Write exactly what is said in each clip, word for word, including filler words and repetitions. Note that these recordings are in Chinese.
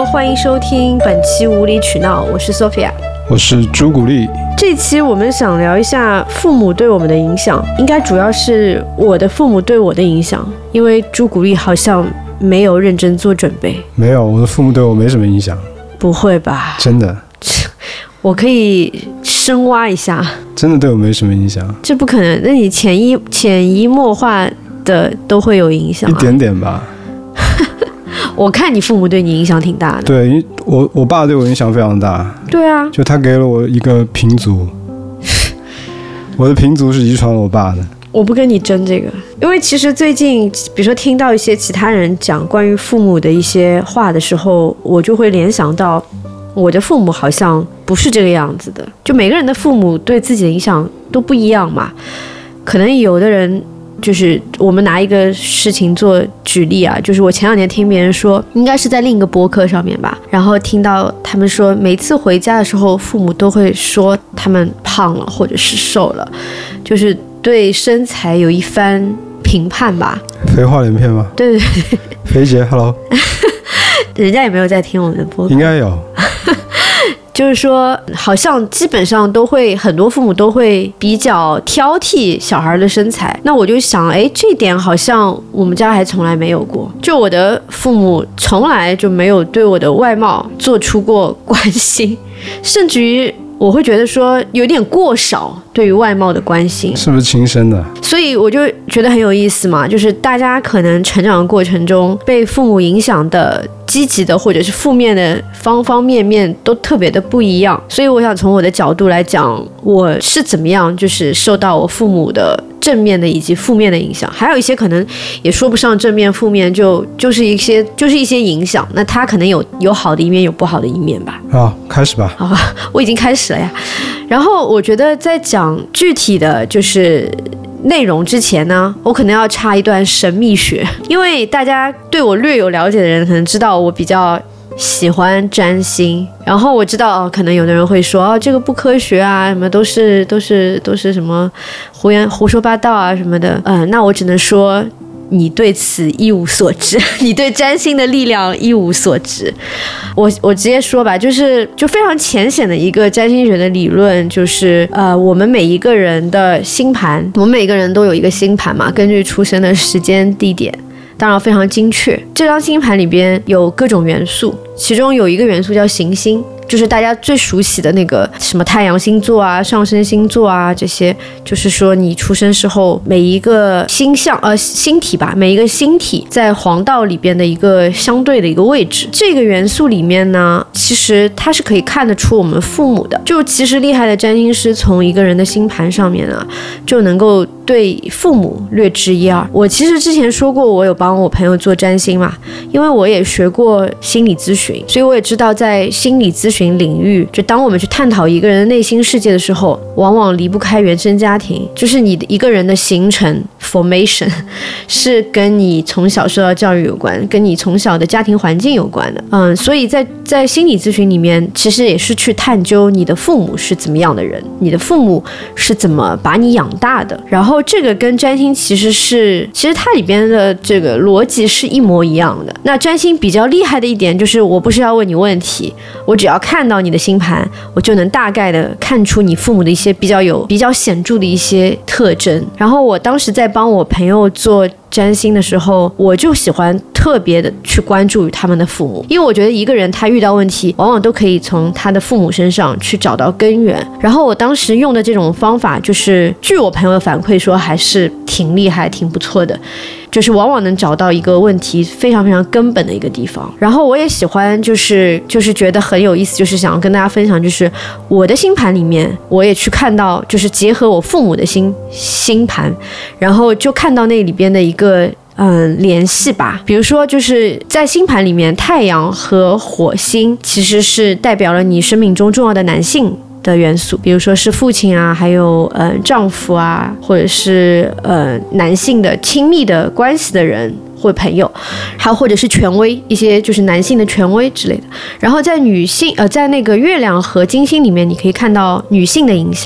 欢迎收听本期无理取闹，我是 Sophia， 我是朱古力。 这期我们想聊一下父母对我们的影响，应该主要是我的父母对我的影响，因为朱古力好像没有认真做准备。 没有，我的父母对我没什么影响。 不会吧？ 真的？ 我可以深挖一下。 真的对我没什么影响？ 这不可能，那你潜移潜移默化的都会有影响、啊、 一点点吧。 我看你父母对你影响挺大的。 对，因为我我爸对我影响非常大。 对啊， 就他给了我一个平族，我的平族是遗传了我爸的。 我不跟你争这个，因为其实最近比如说听到一些其他人讲关于父母的一些话的时候，我就会联想到我的父母好像不是这个样子的。就每个人的父母对自己的影响都不一样嘛，可能有的人就是我们拿一个事情做举例啊，就是我前两天听别人说，应该是在另一个播客上面吧，然后听到他们说每次回家的时候父母都会说他们胖了或者是瘦了，就是对身材有一番评判吧。 废话连篇吗？ 对对对。 肥姐 hello 人家也没有在听我们的播客。 应该有。 就是说好像基本上都会，很多父母都会比较挑剔小孩的身材。那我就想，哎，这点好像我们家还从来没有过。就我的父母从来就没有对我的外貌做出过关心，甚至于我会觉得说有点过少对于外貌的关心。 是不是亲生的？ 所以我就觉得很有意思嘛，就是大家可能成长的过程中被父母影响的积极的或者是负面的方方面面都特别的不一样。所以我想从我的角度来讲，我是怎么样就是受到我父母的正面的以及负面的影响，还有一些可能也说不上正面负面，就就是一些就是一些影响。那他可能有有好的一面，有不好的一面吧。 好，开始吧。 好吧，我已经开始了呀。然后我觉得在讲具体的就是内容之前呢，我可能要插一段神秘学，因为大家对我略有了解的人可能知道我比较喜欢占星。然后我知道、哦、可能有的人会说哦，这个不科学啊，什么都是都是都是什么胡言胡说八道啊什么的。嗯、呃，那我只能说你对此一无所知，你对占星的力量一无所知。我我直接说吧，就是就非常浅显的一个占星学的理论，就是呃，我们每一个人的星盘，我们每个人都有一个星盘嘛，根据出生的时间地点，当然非常精确。这张星盘里边有各种元素，其中有一个元素叫行星，就是大家最熟悉的那个什么太阳星座啊、上升星座啊，这些就是说你出生时候每一个星象呃星体吧，每一个星体在黄道里边的一个相对的一个位置。这个元素里面呢，其实它是可以看得出我们父母的。就其实厉害的占星师从一个人的星盘上面啊，就能够对父母略知一二。我其实之前说过，我有帮我朋友做占星嘛，因为我也学过心理咨询，所以我也知道在心理咨询领域，就当我们去探讨一个人的内心世界的时候，往往离不开原生家庭。就是你的一个人的形成 formation 是跟你从小受到教育有关，跟你从小的家庭环境有关的。嗯，所以在在心理咨询里面，其实也是去探究你的父母是怎么样的人，你的父母是怎么把你养大的。然后这个跟占星其实是，其实它里边的这个逻辑是一模一样的。那占星比较厉害的一点就是，我不是要问你问题，我只要看到你的星盘，我就能大概的看出你父母的一些比较有比较显著的一些特征。然后我当时在帮我朋友做占星的时候，我就喜欢特别的去关注于他们的父母，因为我觉得一个人他遇到问题，往往都可以从他的父母身上去找到根源。然后我当时用的这种方法，就是据我朋友的反馈说，还是挺厉害、挺不错的。就是往往能找到一个问题非常非常根本的一个地方。然后我也喜欢就是就是觉得很有意思，就是想要跟大家分享，就是我的星盘里面我也去看到，就是结合我父母的星星盘，然后就看到那里边的一个嗯联系吧。比如说就是在星盘里面，太阳和火星其实是代表了你生命中重要的男性的元素，比如说是父亲啊，还有呃丈夫啊，或者是呃男性的亲密的关系的人或朋友，还有或者是权威，一些就是男性的权威之类的。然后在女性呃在那个月亮和金星里面，你可以看到女性的影响，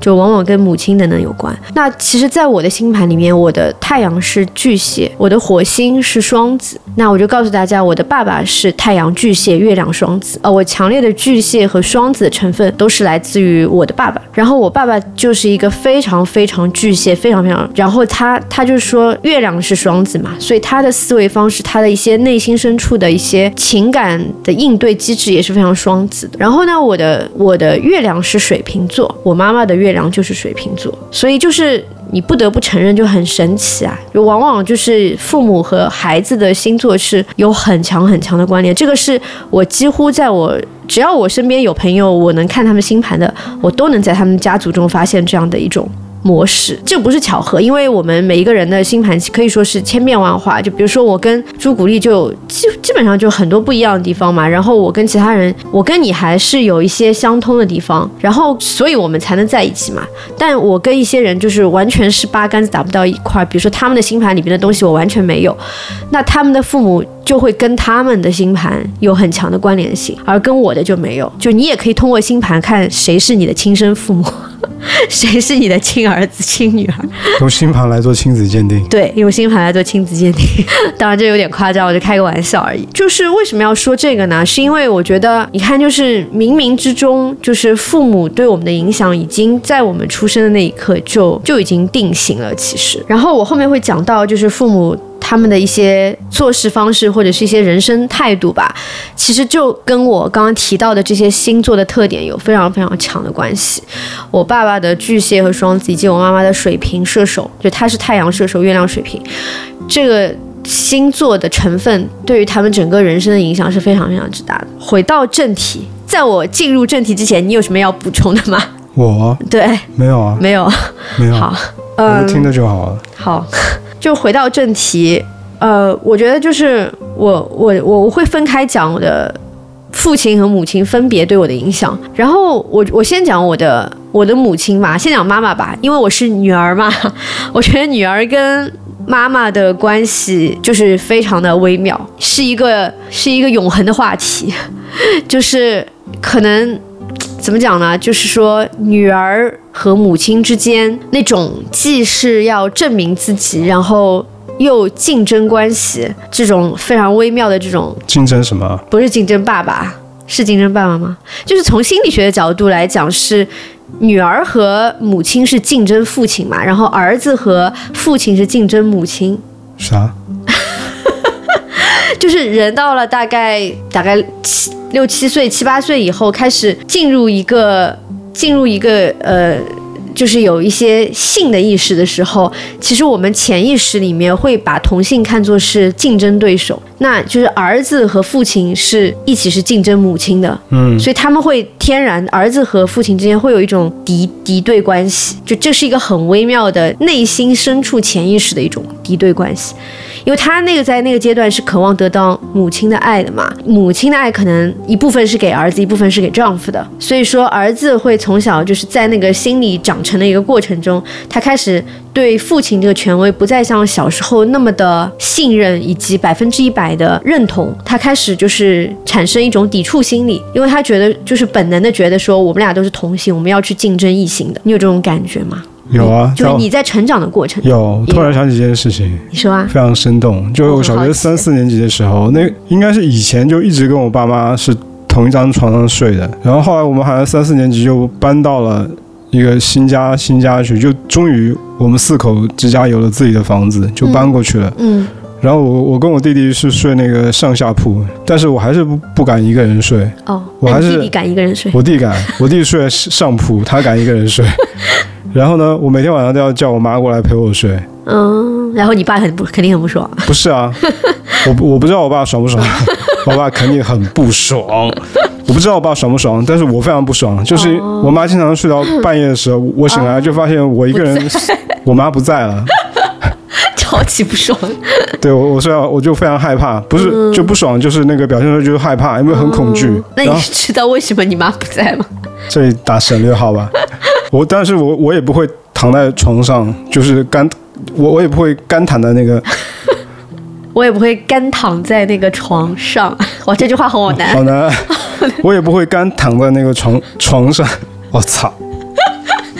就往往跟母亲等等有关。那其实在我的星盘里面，我的太阳是巨蟹，我的火星是双子。那我就告诉大家，我的爸爸是太阳巨蟹，月亮双子。呃，我强烈的巨蟹和双子的成分都是来自于我的爸爸。然后我爸爸就是一个非常非常巨蟹，非常非常，然后他他就是说月亮是双子嘛，所以他的思维方式，他的一些内心深处的一些情感的应对机制也是非常双子的。然后呢，我的我的月亮是水瓶座，我妈妈的月亮就是水瓶座，所以就是你不得不承认就很神奇啊，就往往就是父母和孩子的星座是有很强很强的关联。这个是我几乎在我只要我身边有朋友我能看他们星盘的，我都能在他们家族中发现这样的一种模式。这不是巧合，因为我们每一个人的星盘可以说是千变万化。就比如说我跟朱古力就基基本上就很多不一样的地方嘛，然后我跟其他人，我跟你还是有一些相通的地方，然后所以我们才能在一起嘛。但我跟一些人就是完全是八竿子打不到一块，比如说他们的星盘里面的东西我完全没有，那他们的父母就会跟他们的星盘有很强的关联性，而跟我的就没有。就你也可以通过星盘看谁是你的亲生父母谁是你的亲儿子亲女儿， 用星盘来做亲子鉴定。 对，用星盘来做亲子鉴定当然这有点夸张，我就开个玩笑而已。就是为什么要说这个呢，是因为我觉得你看，就是冥冥之中，就是父母对我们的影响已经在我们出生的那一刻就就已经定型了其实。然后我后面会讲到就是父母他们的一些做事方式或者是一些人生态度吧，其实就跟我刚刚提到的这些星座的特点有非常非常强的关系。我爸爸的巨蟹和双子，以及我妈妈的水瓶射手，就他是太阳射手月亮水瓶，这个星座的成分对于他们整个人生的影响是非常非常之大的。回到正题，在我进入正题之前，你有什么要补充的吗？ 我对没有啊， 没有没有， 好， 嗯，听着就好了。 好，就回到正题，呃，我觉得就是我我我会分开讲我的父亲和母亲分别对我的影响。然后我我先讲我的我的母亲吧，先讲妈妈吧，因为我是女儿嘛，我觉得女儿跟妈妈的关系就是非常的微妙，是一个是一个永恒的话题，就是可能。怎么讲呢？就是说，女儿和母亲之间那种既是要证明自己，然后又竞争关系，这种非常微妙的这种竞争什么？ 不是竞争爸爸，是竞争爸爸吗？就是从心理学的角度来讲，是女儿和母亲是竞争父亲嘛，然后儿子和父亲是竞争母亲。 啥？ 就是人到了大概大概七六七岁七八岁以后，开始进入一个进入一个呃，就是有一些性的意识的时候，其实我们潜意识里面会把同性看作是竞争对手，那就是儿子和父亲是一起是竞争母亲的，嗯，所以他们会天然儿子和父亲之间会有一种敌敌对关系，就这是一个很微妙的内心深处潜意识的一种敌对关系。因为他那个在那个阶段是渴望得到母亲的爱的嘛，母亲的爱可能一部分是给儿子，一部分是给丈夫的，所以说儿子会从小就是在那个心理长成的一个过程中，他开始对父亲这个权威不再像小时候那么的信任以及百分之一百的认同，他开始就是产生一种抵触心理，因为他觉得就是本能的觉得说我们俩都是同性，我们要去竞争异性的。你有这种感觉吗？ 有啊， 就是你在成长的过程。 有，突然想起这件事情。 你说啊？ 非常生动。就我小学三四年级的时候，那应该是以前就一直跟我爸妈是同一张床上睡的，然后后来我们好像三四年级就搬到了一个新家新家去，就终于我们四口之家有了自己的房子，就搬过去了。嗯。嗯然后我我跟我弟弟是睡那个上下铺，但是我还是不不敢一个人睡。哦，我还是弟弟敢一个人睡。 我弟敢，我弟睡上铺，他敢一个人睡。然后呢，我每天晚上都要叫我妈过来陪我睡。 嗯，然后你爸很不肯定很不爽。 不是啊，我我不知道我爸爽不爽，我爸肯定很不爽。我不知道我爸爽不爽，但是我非常不爽。就是我妈经常睡到半夜的时候，我醒来就发现我一个人，我妈不在了。 超级不爽。 对，我我虽然我就非常害怕，不是、嗯、就不爽，就是那个表现出就是害怕，因为很恐惧、嗯。 那你知道为什么你妈不在吗？ 这里打省略号吧。我但是我我也不会躺在床上，就是干，我我也不会干躺在那个。 我也不会干躺在那个床上。哇，这句话好难。 好难。我也不会干躺在那个床床上。我、哦、操。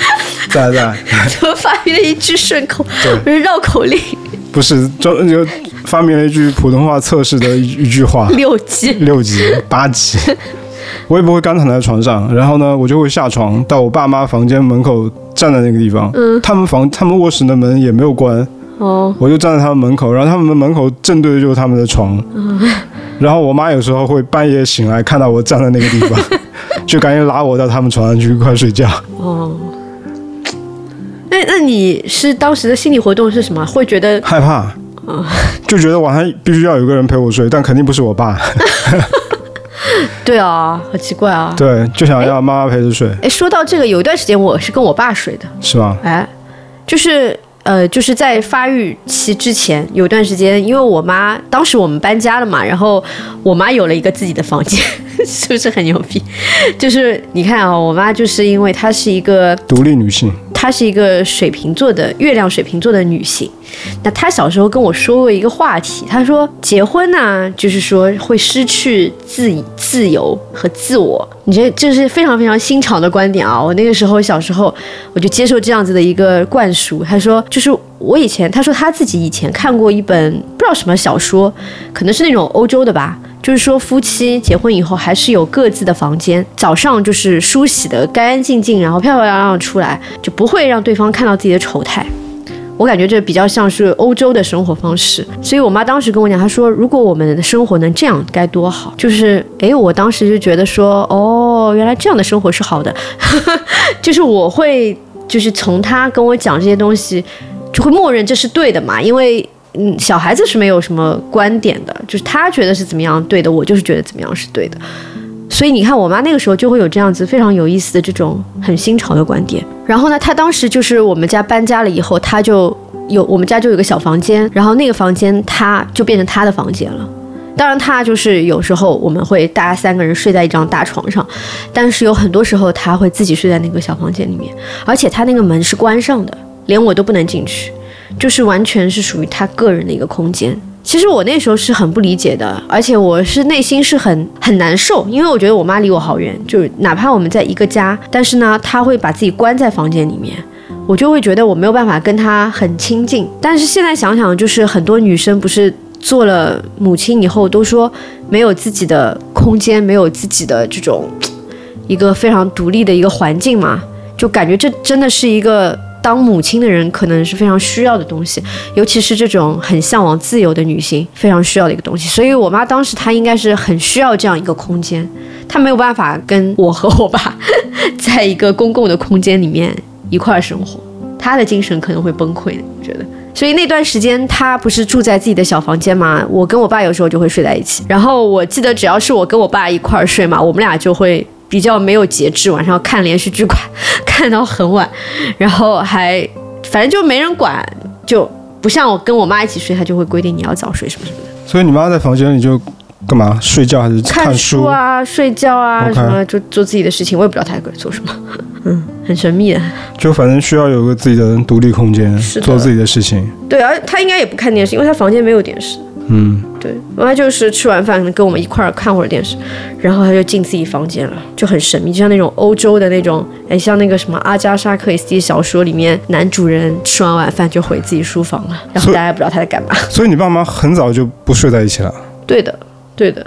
在在， 怎么发明了一句顺口，不是绕口令？ 不是，就就发明了一句普通话测试的一一句话。 六级、 六级、八级。我也不会干躺在床上，然后呢，我就会下床到我爸妈房间门口站在那个地方。嗯，他们房、他们卧室的门也没有关。哦，我就站在他们门口，然后他们门口正对的就是他们的床。嗯，然后我妈有时候会半夜醒来看到我站在那个地方，就赶紧拉我到他们床上去快睡觉。哦， 那那你是当时的心理活动是什么？会觉得害怕，哦、就觉得晚上必须要有个人陪我睡，但肯定不是我爸。 对啊，好奇怪啊。 对，就想要妈妈陪着睡。 哎，说到这个，有一段时间我是跟我爸睡的。 是吗？ 哎，就是呃，就是在发育期之前有一段时间，因为我妈当时我们搬家了嘛，然后我妈有了一个自己的房间，是不是很牛逼？就是你看啊，我妈就是因为她是一个独立女性。 她是一个水瓶座的月亮水瓶座的女性，那她小时候跟我说过一个话题，她说结婚呢，就是说会失去自自由和自我。你这这是非常非常新潮的观点啊！我那个时候小时候我就接受这样子的一个灌输。她说就是我以前，她说她自己以前看过一本不知道什么小说，可能是那种欧洲的吧。就是说夫妻结婚以后还是有各自的房间，早上就是梳洗的干干净净，然后漂漂亮亮出来，就不会让对方看到自己的丑态。我感觉这比较像是欧洲的生活方式，所以我妈当时跟我讲，她说如果我们的生活能这样该多好。就是诶，我当时就觉得说哦，原来这样的生活是好的。就是我会就是从她跟我讲这些东西就会默认这是对的嘛，因为嗯，小孩子是没有什么观点的，就是他觉得是怎么样对的，我就是觉得怎么样是对的。所以你看我妈那个时候就会有这样子非常有意思的这种很新潮的观点。然后呢，她当时就是我们家搬家了以后，她就有我们家就有个小房间，然后那个房间她就变成她的房间了。当然她就是有时候我们会大家三个人睡在一张大床上，但是有很多时候她会自己睡在那个小房间里面，而且她那个门是关上的，连我都不能进去，就是完全是属于他个人的一个空间。其实我那时候是很不理解的，而且我是内心是很很难受，因为我觉得我妈离我好远，就是哪怕我们在一个家，但是呢她会把自己关在房间里面，我就会觉得我没有办法跟她很亲近。但是现在想想，就是很多女生不是做了母亲以后都说没有自己的空间，没有自己的这种一个非常独立的一个环境嘛，就感觉这真的是一个当母亲的人可能是非常需要的东西，尤其是这种很向往自由的女性非常需要的一个东西。所以我妈当时她应该是很需要这样一个空间，她没有办法跟我和我爸在一个公共的空间里面一块生活，她的精神可能会崩溃的，我觉得。所以那段时间她不是住在自己的小房间嘛，我跟我爸有时候就会睡在一起，然后我记得只要是我跟我爸一块睡嘛，我们俩就会比较没有节制，晚上看连续剧看看到很晚，然后还反正就没人管，就不像我跟我妈一起睡，她就会规定你要早睡什么什么的。 所以你妈在房间里就干嘛？睡觉还是看书？ 看书啊，睡觉啊， okay. 什么就做自己的事情，我也不知道她在做什么，嗯，很神秘的。就反正需要有个自己的独立空间，做自己的事情。 对啊，她应该也不看电视，因为她房间没有电视。嗯，对，他就是吃完饭跟我们一块儿看会儿电视，然后他就进自己房间了，就很神秘，就像那种欧洲的那种，哎，像那个什么阿加莎克里斯蒂小说里面，男主人吃完晚饭就回自己书房了，然后大家也不知道他在干嘛。 所以你爸妈很早就不睡在一起了？ 对的，对的。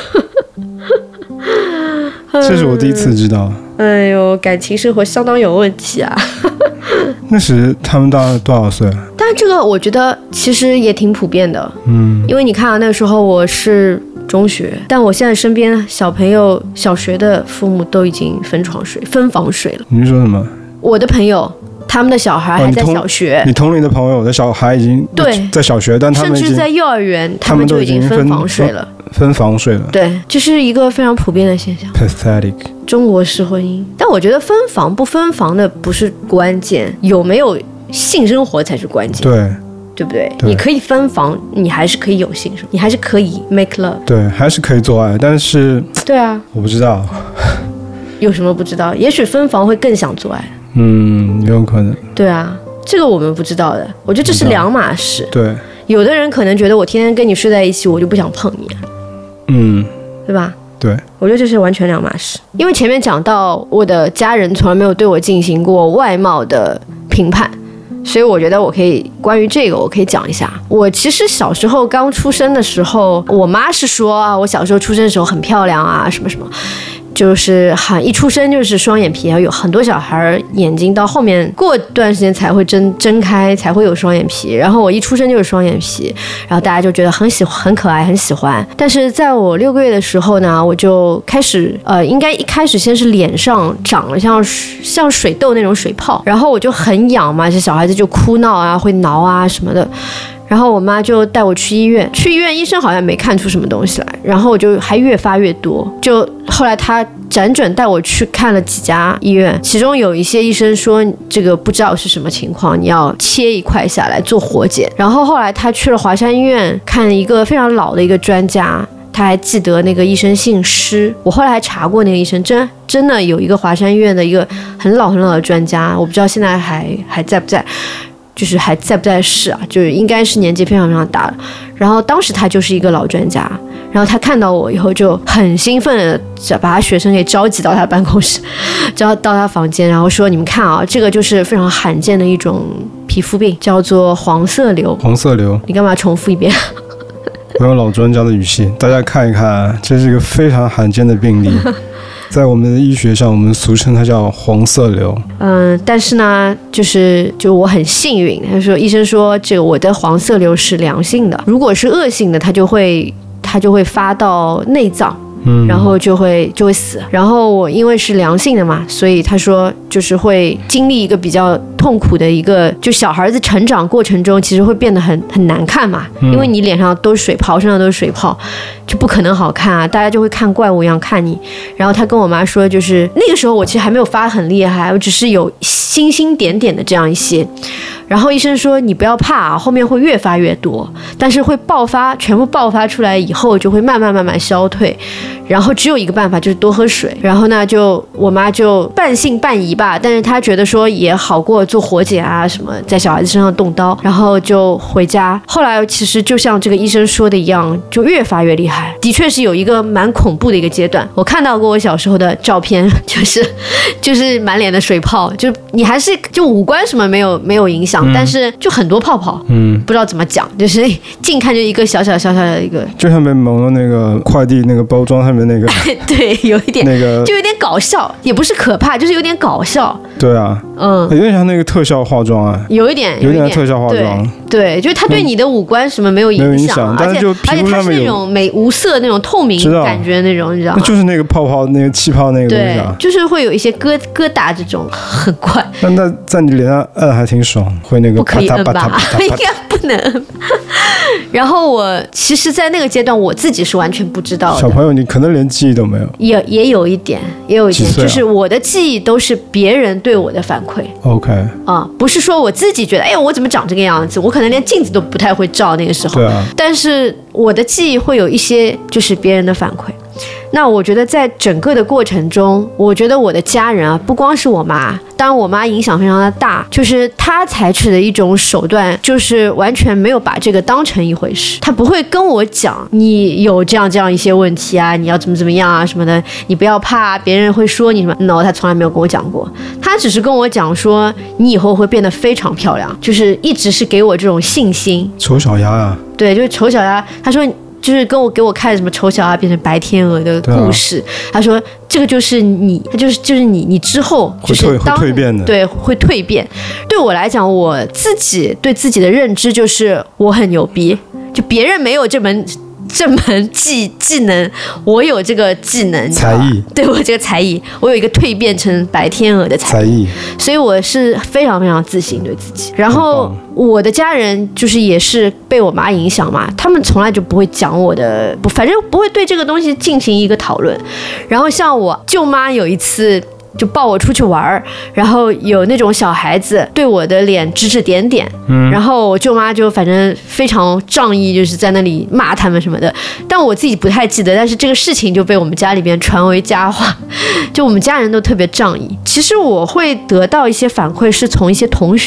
这是我第一次知道。 哎呦，感情生活相当有问题啊。 那时他们大概多少岁？ 但是这个我觉得其实也挺普遍的，嗯，因为你看啊，那个时候我是中学，但我现在身边小朋友小学的父母都已经分床睡、分房睡了。 你是说什么？ 我的朋友，他们的小孩还在小学。 哦、你, 你同龄的朋友的小孩已经对在小学，但他们甚至在幼儿园，他们就已经分房睡了。 分房睡了， 对，这是一个非常普遍的现象。 Pathetic。 中国式婚姻，但我觉得分房不分房的不是关键，有没有性生活才是关键。 对， 对不对？对，你可以分房，你还是可以有性生活，你还是可以 make love。 对，还是可以做爱，但是对啊， 我不知道。 有什么不知道？也许分房会更想做爱。 嗯，有可能。 对啊，这个我们不知道的。我觉得这是两码事。 对。 有的人可能觉得我天天跟你睡在一起，我就不想碰你。 嗯， 对吧？ 对， 我觉得这是完全两码事。因为前面讲到我的家人从来没有对我进行过外貌的评判，所以我觉得我可以关于这个我可以讲一下。我其实小时候刚出生的时候，我妈是说啊，我小时候出生的时候很漂亮啊，什么什么，就是很一出生就是双眼皮，有很多小孩眼睛到后面过段时间才会睁睁开，才会有双眼皮。然后我一出生就是双眼皮，然后大家就觉得很喜很可爱，很喜欢。但是在我六个月的时候呢，我就开始呃，应该一开始先是脸上长了像像水痘那种水泡，然后我就很痒嘛，这小孩子就哭闹啊，会挠啊什么的。然后我妈就带我去医院，去医院医生好像没看出什么东西来，然后我就还越发越多。就后来他辗转带我去看了几家医院，其中有一些医生说这个不知道是什么情况，你要切一块下来做活检。然后后来他去了华山医院看一个非常老的一个专家，他还记得那个医生姓施，我后来还查过那个医生，真真的有一个华山医院的一个很老很老的专家，我不知道现在还还在不在。就是还在不在世啊，就是应该是年纪非常非常大了。然后当时他就是一个老专家，然后他看到我以后就很兴奋的把他学生给召集到他办公室，招到他房间，然后说你们看啊，这个就是非常罕见的一种皮肤病，叫做黄色瘤。 黄色瘤， 你干嘛重复一遍？ 我用老专家的语气，大家看一看，这是一个非常罕见的病例。在我们的医学上，我们俗称它叫黄色瘤。 嗯，但是呢，就是就我很幸运，他说医生说这个我的黄色瘤是良性的，如果是恶性的，它就会它就会发到内脏。嗯，然后就会就会死。然后我因为是良性的嘛，所以他说就是会经历一个比较痛苦的一个，就小孩子成长过程中其实会变得很很难看嘛，因为你脸上都是水泡，身上都是水泡，就不可能好看啊，大家就会看怪物一样看你。然后他跟我妈说，就是那个时候我其实还没有发很厉害，我只是有星星点点的这样一些。然后医生说你不要怕啊，后面会越发越多，但是会爆发，全部爆发出来以后就会慢慢慢慢消退。然后只有一个办法，就是多喝水。然后呢，就我妈就半信半疑吧，但是她觉得说也好过做活检啊什么，在小孩子身上动刀，然后就回家。后来其实就像这个医生说的一样，就越发越厉害，的确是有一个蛮恐怖的一个阶段。我看到过我小时候的照片，就是就是满脸的水泡，就你还是就五官什么没有没有影响，嗯、但是就很多泡泡，嗯，不知道怎么讲，就是近看就一个小小小小的一个， 就像被蒙了那个快递那个包装上面那个， 对，有一点那个就有点搞笑，也不是可怕，就是有点搞笑。 对啊，嗯，有点像那个特效化妆啊， 有一点， 有点特效化妆。 对，对，就是它对你的五官什么没有影响， 没有影响， 而且而且它是那种美无色那种透明感觉那种，你知道吗？ 就是那个泡泡那个气泡那个东西啊， 对，就是会有一些疙疙瘩这种，很怪。 那那在你脸上摁还挺爽，会那个不可以摁吧？应该不能摁。然后我其实，在那个阶段，我自己是完全不知道的。 小朋友，你可能连记忆都没有。 也也有一点，也有一点， 啊、 就是我的记忆都是别人对我的反馈。 OK。 啊，不是说我自己觉得，哎呀，我怎么长这个样子？我可能连镜子都不太会照那个时候。 对啊。 但是我的记忆会有一些，就是别人的反馈。那我觉得在整个的过程中，我觉得我的家人啊，不光是我妈，当然我妈影响非常的大，就是她采取的一种手段，就是完全没有把这个当成一回事，她不会跟我讲你有这样这样一些问题啊，你要怎么怎么样啊什么的，你不要怕别人会说你什么 ，no， 她从来没有跟我讲过，她只是跟我讲说你以后会变得非常漂亮，就是一直是给我这种信心。 丑小鸭啊， 对，就是丑小鸭，她说。就是跟我给我看什么丑小鸭变成白天鹅的故事，啊、他说这个就是你，他就是就是你，你之后就是当会蜕变的， 对，会蜕变。对我来讲，我自己对自己的认知就是我很牛逼，就别人没有这门这门技技能，我有这个技能才艺， 对我这个才艺，我有一个蜕变成白天鹅的才艺，所以我是非常非常自信对自己。然后我的家人就是也是被我妈影响嘛，他们从来就不会讲我的，不，反正不会对这个东西进行一个讨论。然后像我舅妈有一次就抱我出去玩，然后有那种小孩子对我的脸指指点点，嗯，然后我舅妈就反正非常仗义，就是在那里骂他们什么的，但我自己不太记得，但是这个事情就被我们家里边传为佳话，就我们家人都特别仗义。其实我会得到一些反馈是从一些同学，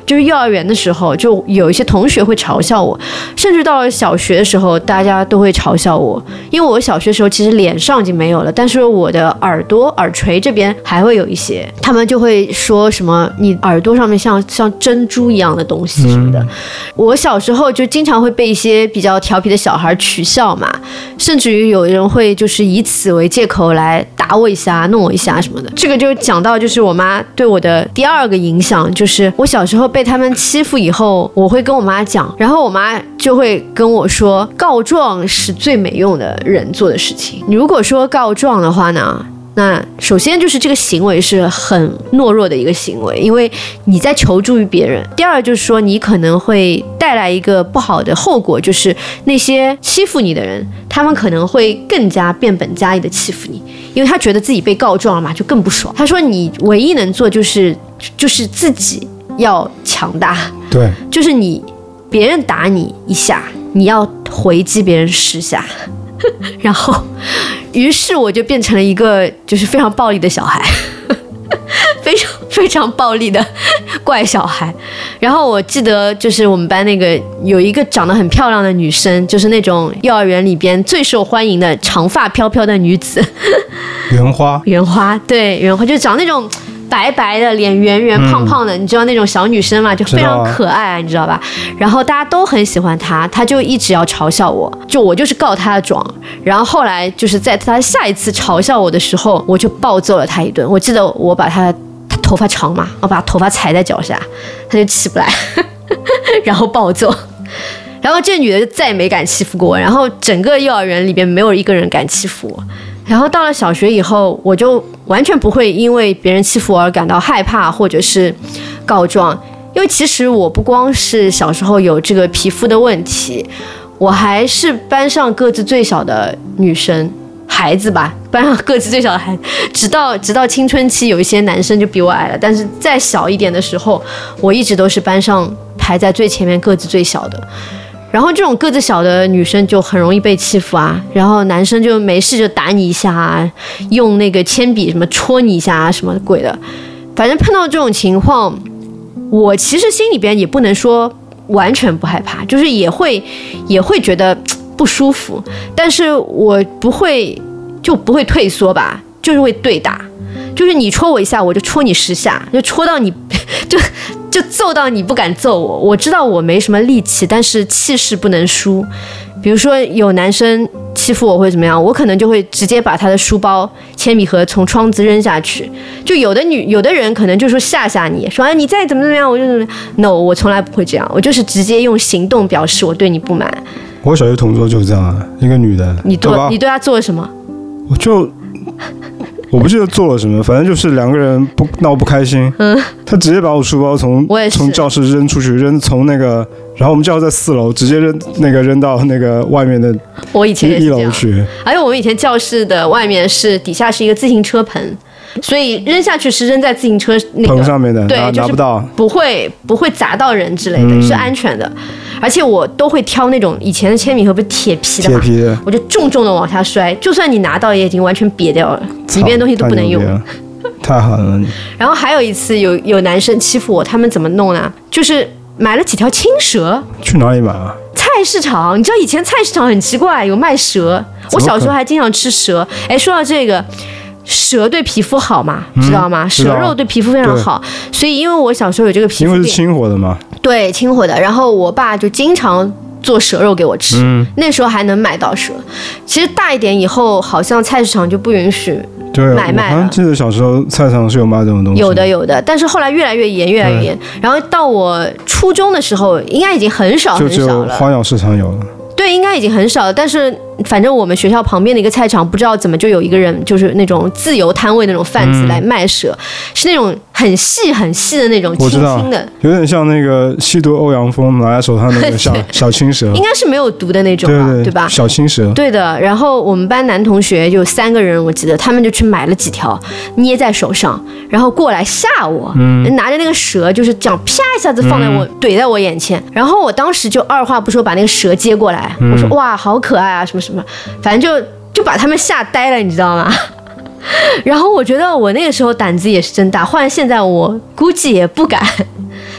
就是幼儿园的时候，就有一些同学会嘲笑我，甚至到了小学的时候，大家都会嘲笑我，因为我小学的时候其实脸上已经没有了，但是我的耳朵、耳垂这边还会有一些，他们就会说什么你耳朵上面像像珍珠一样的东西什么的。嗯、我小时候就经常会被一些比较调皮的小孩取笑嘛，甚至于有人会就是以此为借口来打我一下、弄我一下什么的。这个就讲到就是我妈对我的第二个影响，就是我小时候被他们欺负以后，我会跟我妈讲，然后我妈就会跟我说，告状是最没用的人做的事情。你如果说告状的话呢，那首先就是这个行为是很懦弱的一个行为，因为你在求助于别人。第二就是说你可能会带来一个不好的后果，就是那些欺负你的人，他们可能会更加变本加厉的欺负你，因为他觉得自己被告状了嘛，就更不爽。他说你唯一能做就是就是自己要强大， 对， 就是你别人打你一下，你要回击别人十下。然后于是我就变成了一个就是非常暴力的小孩非常非常暴力的怪小孩。然后我记得就是我们班那个有一个长得很漂亮的女生，就是那种幼儿园里边最受欢迎的长发飘飘的女子圆花圆花对圆花，就长那种白白的，脸圆圆胖胖的、嗯、你知道那种小女生嘛，就非常可爱、啊、你知道吧。然后大家都很喜欢她，她就一直要嘲笑我，就我就是告她的状。然后后来就是在她下一次嘲笑我的时候，我就暴揍了她一顿。我记得我把她她头发长嘛，我把她头发踩在脚下，她就起不来然后暴揍。然后这女的就再也没敢欺负过我，然后整个幼儿园里边没有一个人敢欺负我。然后到了小学以后，我就完全不会因为别人欺负我而感到害怕或者是告状，因为其实我不光是小时候有这个皮肤的问题，我还是班上个子最小的女生孩子吧，班上个子最小的孩子，直到直到青春期有一些男生就比我矮了，但是再小一点的时候，我一直都是班上排在最前面个子最小的。然后这种个子小的女生就很容易被欺负啊，然后男生就没事就打你一下啊，用那个铅笔什么戳你一下啊，什么鬼的。反正碰到这种情况，我其实心里边也不能说完全不害怕，就是也会也会觉得不舒服，但是我不会就不会退缩吧，就是会对打，就是你戳我一下我就戳你十下，就戳到你就就揍到你不敢揍我。我知道我没什么力气，但是气势不能输。比如说有男生欺负我会怎么样，我可能就会直接把他的书包、铅笔盒从窗子扔下去。就有的女有的人可能就说吓吓你，说哎你再怎么怎么样我就怎么 no， 我从来不会这样，我就是直接用行动表示我对你不满。 我小学同桌就是这样啊，一个女的。 你对你对她做了什么？ 我就我不记得做了什么，反正就是两个人不闹不开心，嗯，他直接把我书包从从教室扔出去，扔从那个，然后我们教室在四楼，直接扔那个扔到那个外面的我以前也是一楼去。 而且我们以前教室的外面是底下是一个自行车棚，所以扔下去是扔在自行车那个棚上面的， 对， 拿, 拿不到， 不会不会砸到人之类的，嗯、是安全的。而且我都会挑那种以前的铅笔盒不是铁皮的嘛， 铁皮的， 我就重重的往下摔，就算你拿到也已经完全瘪掉了，里边的东西都不能用。 太狠了你。 然后还有一次有有男生欺负我，他们怎么弄呢？就是买了几条青蛇。 去哪里买啊？ 菜市场，你知道以前菜市场很奇怪，有卖蛇。我小时候还经常吃蛇。哎，说到这个。蛇对皮肤好嘛，知道吗？嗯、蛇肉对皮肤非常好，所以因为我小时候有这个皮肤病， 因为是清火的嘛， 对，清火的。然后我爸就经常做蛇肉给我吃，嗯、那时候还能买到蛇。其实大一点以后，好像菜市场就不允许买卖了。 我好像记得小时候菜场是有卖这种东西， 有的有的，但是后来越来越严，越来越严。然后到我初中的时候，应该已经很少很少了， 就只有花鸟市场有了。 对，应该已经很少了，但是反正我们学校旁边的一个菜场，不知道怎么就有一个人，就是那种自由摊位那种贩子来卖蛇，嗯、是那种很细很细的那种，轻轻的， 有点像那个吸毒欧阳锋拿在手上那个小小青蛇， 应该是没有毒的那种、啊， 对, 对, 对吧？ 小青蛇， 对的。然后我们班男同学有三个人，我记得他们就去买了几条，捏在手上，然后过来吓我，嗯、拿着那个蛇就是这样啪一下子放在我、嗯、怼在我眼前，然后我当时就二话不说把那个蛇接过来，嗯、我说哇好可爱啊什么什么，反正就就把他们吓呆了，你知道吗？然后我觉得我那个时候胆子也是真大，换了现在我估计也不敢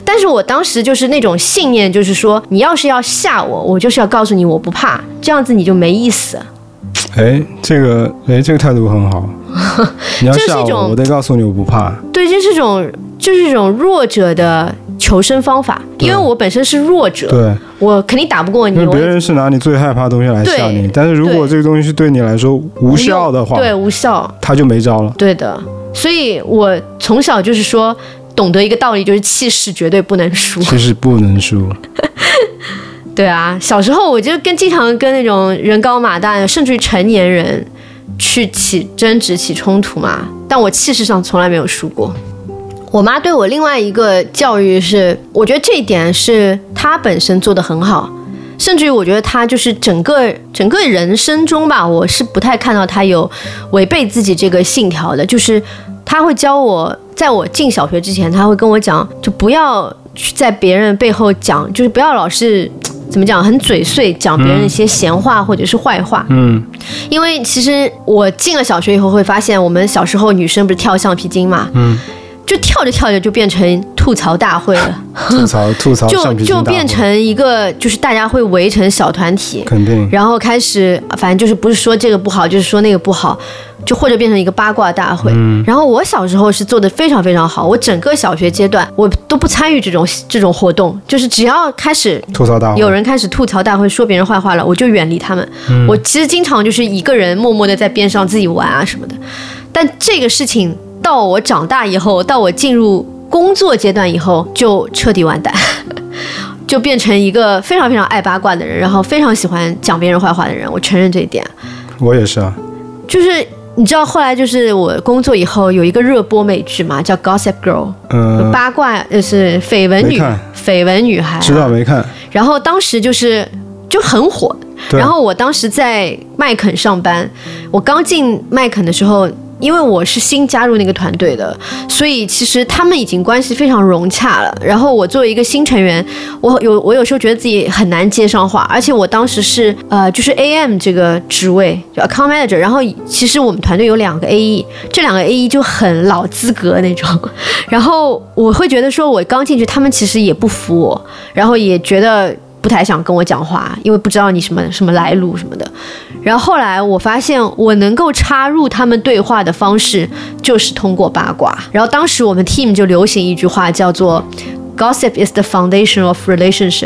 但是我当时就是那种信念，就是说你要是要吓我，我就是要告诉你我不怕，这样子你就没意思。 哎，这个哎，这个态度很好。你要吓我，我得告诉你我不怕。 对，这是种就是这种弱者的求生方法，因为我本身是弱者， 对， 我肯定打不过你。 因为别人是拿你最害怕的东西来吓你，但是如果这个东西是对你来说无效的话， 对，无效， 他就没招了。 对的，所以我从小就是说懂得一个道理，就是气势绝对不能输， 气势不能输。 对啊，小时候我就跟经常跟那种人高马大的，甚至于成年人去起争执、起冲突嘛，但我气势上从来没有输过。我妈对我另外一个教育是，我觉得这一点是她本身做得很好，甚至于我觉得她就是整个整个人生中吧，我是不太看到她有违背自己这个信条的，就是她会教我，在我进小学之前，她会跟我讲，就不要在别人背后讲，就是不要老是怎么讲，很嘴碎讲别人一些闲话或者是坏话。 嗯， 因为其实我进了小学以后会发现，我们小时候女生不是跳橡皮筋嘛， 嗯， 就跳着跳着就变成吐槽大会了， 吐槽吐槽橡皮筋大会， 就就变成一个就是大家会围成小团体， 肯定， 然后开始反正就是不是说这个不好，就是说那个不好。就或者变成一个八卦大会、嗯、然后我小时候是做的非常非常好，我整个小学阶段我都不参与这种这种活动，就是只要开始吐槽大会， 有人开始吐槽大会说别人坏话了，我就远离他们、嗯、我其实经常就是一个人默默的在边上自己玩啊什么的。但这个事情到我长大以后，到我进入工作阶段以后就彻底完蛋就变成一个非常非常爱八卦的人，然后非常喜欢讲别人坏话的人，我承认这一点。 我也是啊， 就是你知道后来就是我工作以后有一个热播美剧嘛，叫 Gossip Girl， 嗯， 八卦就是绯闻女绯闻女孩、啊、 知道没看。 然后当时就是就很火，然后我当时在麦肯上班，我刚进麦肯的时候，因为我是新加入那个团队的，所以其实他们已经关系非常融洽了。然后我作为一个新成员，我有我有时候觉得自己很难接上话，而且我当时是呃就是 A M 这个职位，就 Account Manager。然后其实我们团队有两个 A E， 这两个 A E 就很老资格那种。然后我会觉得说，我刚进去，他们其实也不服我，然后也觉得不太想跟我讲话，因为不知道你什么什么来路什么的。然后后来我发现我能够插入他们对话的方式就是通过八卦。然后当时我们 team 就流行一句话叫做 Gossip is the foundation of relationship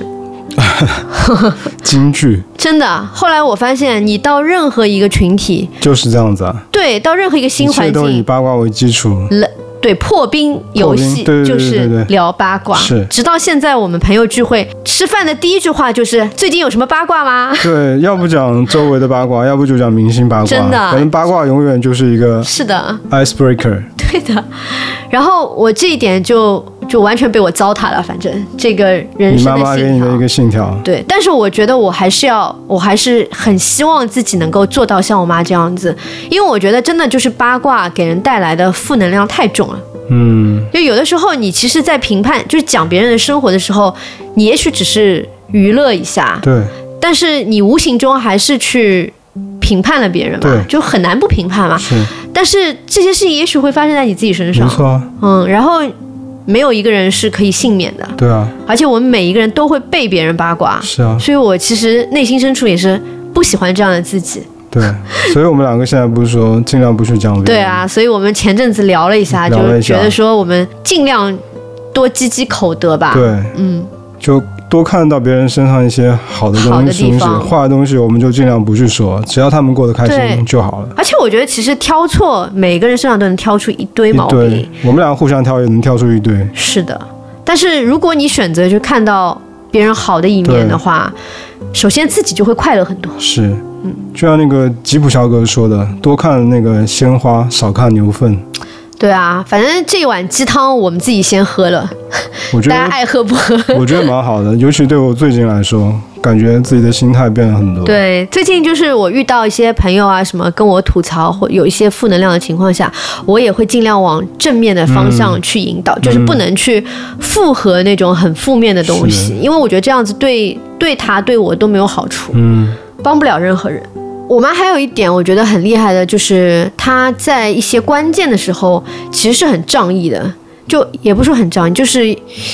金句。 真的，后来我发现你到任何一个群体就是这样子啊， 对，到任何一个新环境一切都以八卦为基础， 对，破冰游戏就是聊八卦， 是直到现在我们朋友聚会吃饭的第一句话就是最近有什么八卦吗？ 对，要不讲周围的八卦，要不就讲明星八卦， 真的， 反正八卦永远就是一个是的 icebreaker。 对的，然后我这一点就就完全被我糟蹋了，反正这个人生的信条， 你妈妈给你的一个信条。 对，但是我觉得我还是要，我还是很希望自己能够做到像我妈这样子，因为我觉得真的就是八卦给人带来的负能量太重了。 嗯， 就有的时候你其实在评判，就是讲别人的生活的时候，你也许只是娱乐一下， 对， 但是你无形中还是去评判了别人嘛，就很难不评判嘛。 是， 但是这些事情也许会发生在你自己身上， 没错。 嗯，然后没有一个人是可以幸免的。 对啊， 而且我们每一个人都会被别人八卦。 是啊， 所以我其实内心深处也是不喜欢这样的自己。 对，所以我们两个现在不是说尽量不去讲别人。 对啊，所以我们前阵子聊了一下， 聊了一下就觉得说我们尽量多积积口德吧。 对， 嗯， 就多看到别人身上一些好的东西，坏的东西我们就尽量不去说，只要他们过得开心就好了。 而且我觉得其实挑错，每个人身上都能挑出一堆毛病。 对，我们俩互相挑也能挑出一堆。 是的，但是如果你选择去看到别人好的一面的话，首先自己就会快乐很多。 是，嗯，就像那个吉普乔格说的，多看那个鲜花，少看牛粪。对啊，反正这一碗鸡汤我们自己先喝了， 我觉得大家爱喝不喝？ 我觉得蛮好的，尤其对我最近来说，感觉自己的心态变了很多。 对，最近就是我遇到一些朋友啊，什么跟我吐槽或有一些负能量的情况下，我也会尽量往正面的方向去引导，嗯、就是不能去附和那种很负面的东西，因为我觉得这样子对对他对我都没有好处， 嗯， 帮不了任何人。我妈还有一点我觉得很厉害的，就是她在一些关键的时候其实是很仗义的，就也不是说很仗义，就是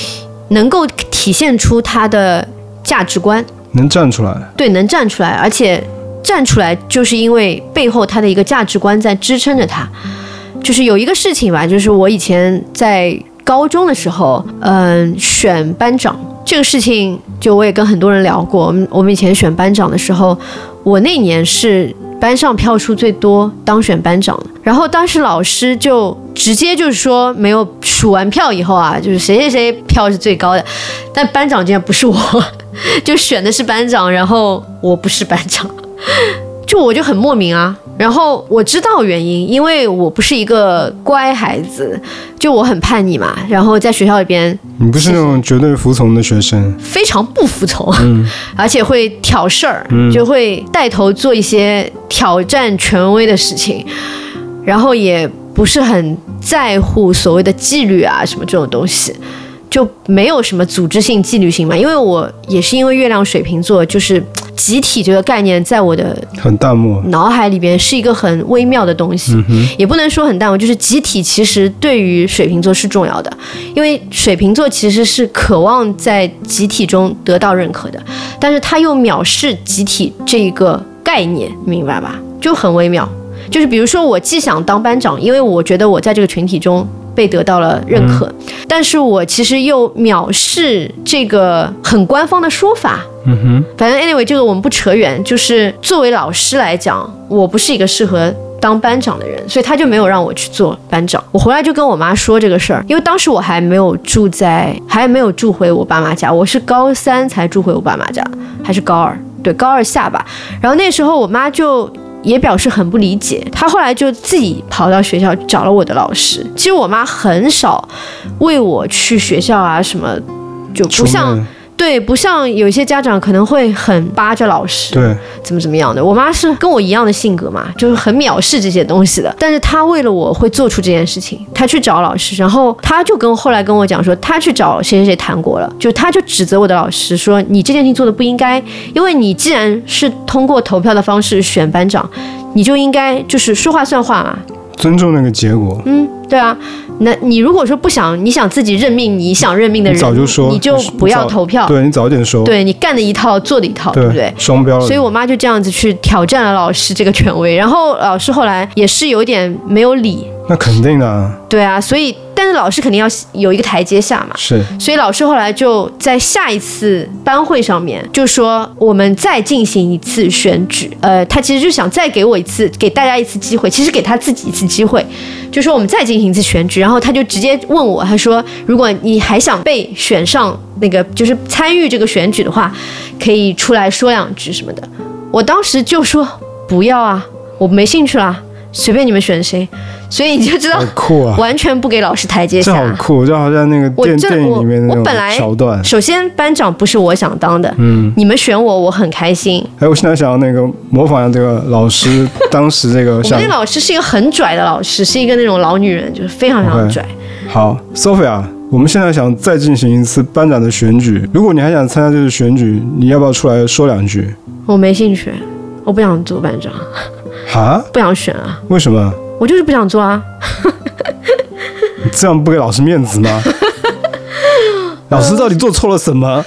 能够体现出他的价值观， 能站出来， 对，能站出来，而且站出来就是因为背后他的一个价值观在支撑着他。就是有一个事情吧，就是我以前在高中的时候，嗯，选班长这个事情，就我也跟很多人聊过。我们我们以前选班长的时候，我那年是班上票数最多当选班长，然后当时老师就直接就是说，没有数完票以后啊，就是谁谁谁票是最高的，但班长竟然不是我，就选的是班长，然后我不是班长，就我就很莫名啊。然后我知道原因，因为我不是一个乖孩子，就我很叛逆嘛。然后在学校里边， 你不是那种绝对服从的学生， 非常不服从， 嗯， 而且会挑事儿， 嗯， 就会带头做一些挑战权威的事情，然后也不是很在乎所谓的纪律啊什么这种东西。就没有什么组织性、纪律性嘛，因为我也是因为月亮水瓶座，就是集体这个概念在我的很淡漠脑海里边是一个很微妙的东西， 嗯、 也不能说很淡漠，就是集体其实对于水瓶座是重要的，因为水瓶座其实是渴望在集体中得到认可的，但是他又藐视集体这个概念，明白吧？就很微妙。就是比如说我既想当班长，因为我觉得我在这个群体中被得到了认可，嗯、但是我其实又藐视这个很官方的说法。 嗯哼， 反正 anyway 这个我们不扯远，就是作为老师来讲，我不是一个适合当班长的人，所以他就没有让我去做班长。我回来就跟我妈说这个事儿，因为当时我还没有住在，还没有住回我爸妈家，我是高三才住回我爸妈家，还是高二？对，高二下吧。然后那时候我妈就也表示很不理解，他后来就自己跑到学校找了我的老师。其实我妈很少为我去学校啊什么，就不像对，不像有些家长可能会很巴着老师， 对， 怎么怎么样的。我妈是跟我一样的性格嘛，就是很藐视这些东西的。但是她为了我会做出这件事情，她去找老师，然后她就跟后来跟我讲说，她去找谁谁谁谈过了，就她就指责我的老师说，你这件事情做的不应该，因为你既然是通过投票的方式选班长，你就应该就是说话算话嘛。 尊重那个结果。 嗯，对啊，那你如果说不想，你想自己任命你想任命的人， 你早就说， 你就不要投票。 对，你早点说。 对，你干的一套，做的一套， 对, 对不对？ 双标了。 所以我妈就这样子去挑战了老师这个权威，然后老师后来也是有点没有理。 那肯定的啊。 对啊，所以但是老师肯定要有一个台阶下嘛。 是。 所以老师后来就在下一次班会上面就说，我们再进行一次选举。呃，他其实就想再给我一次，给大家一次机会，其实给他自己一次机会，就说我们再进行一次选举。然后他就直接问我，他说，如果你还想被选上那个就是参与这个选举的话，可以出来说两句什么的。我当时就说不要啊，我没兴趣啦，随便你们选谁。所以你就知道， 酷啊， 完全不给老师台阶下。 这好酷，就好像那个电电影里面的那种桥段。 首先，班长不是我想当的， 嗯， 你们选我，我很开心。 哎，我现在想要那个模仿一下这个老师当时这个。 我们那老师是一个很拽的老师，是一个那种老女人，就是非常非常拽。 Okay. 好 ，Sophia， 我们现在想再进行一次班长的选举。如果你还想参加这次选举，你要不要出来说两句？ 我没兴趣，我不想做班长。 哈？ 不想选啊？ 为什么？ 我就是不想做啊。 你这样不给老师面子吗？老师到底做错了什么？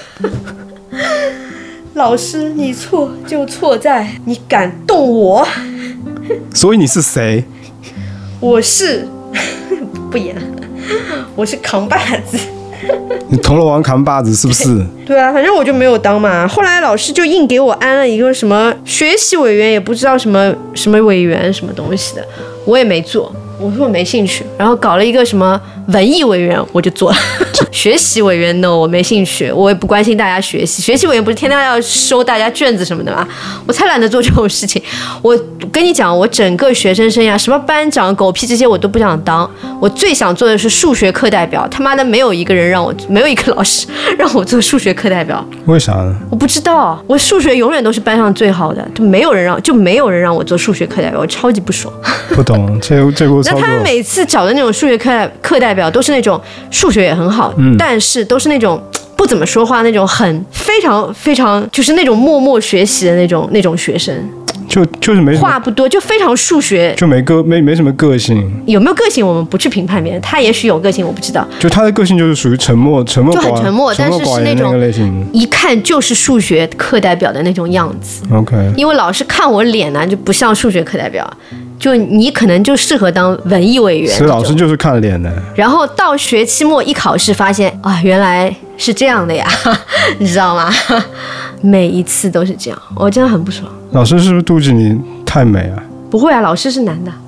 老师，你错就错在你敢动我。 所以你是谁？ 我是不演了，我是扛把子。 你铜锣湾扛把子是不是？ 对啊，反正我就没有当嘛。后来老师就硬给我安了一个什么学习委员，也不知道什么什么委员什么东西的，我也没做。我说我没兴趣，然后搞了一个什么文艺委员，我就做了。学习委员呢，我没兴趣，我也不关心大家学习。学习委员不是天天要收大家卷子什么的吗？我才懒得做这种事情。我跟你讲，我整个学生生涯，什么班长、狗屁这些我都不想当。我最想做的是数学课代表。他妈的，没有一个人让我，没有一个老师让我做数学课代表。 为啥呢？ 我不知道，我数学永远都是班上最好的，就没有人让，就没有人让我做数学课代表，我超级不爽。 不懂这这个。 那他们每次找的那种数学课课代表都是那种数学也很好， 嗯， 但是都是那种不怎么说话那种，很非常非常就是那种默默学习的那种那种学生。 就就就是没什么话不多，就非常数学， 就没个没没什么个性。 有没有个性我们不去评判别人，他也许有个性我不知道。 就他的个性就是属于沉默沉默寡就很沉默，但是是那种类型， 一看就是数学课代表的那种样子。 OK， 因为老师看我脸呢、啊，就不像数学课代表，就你可能就适合当文艺委员。 所以老师就是看脸的。 然后到学期末一考试，发现啊，原来是这样的呀，你知道吗？每一次都是这样，我真的很不爽。 老师是不是妒忌你太美啊？ 不会啊，老师是男的。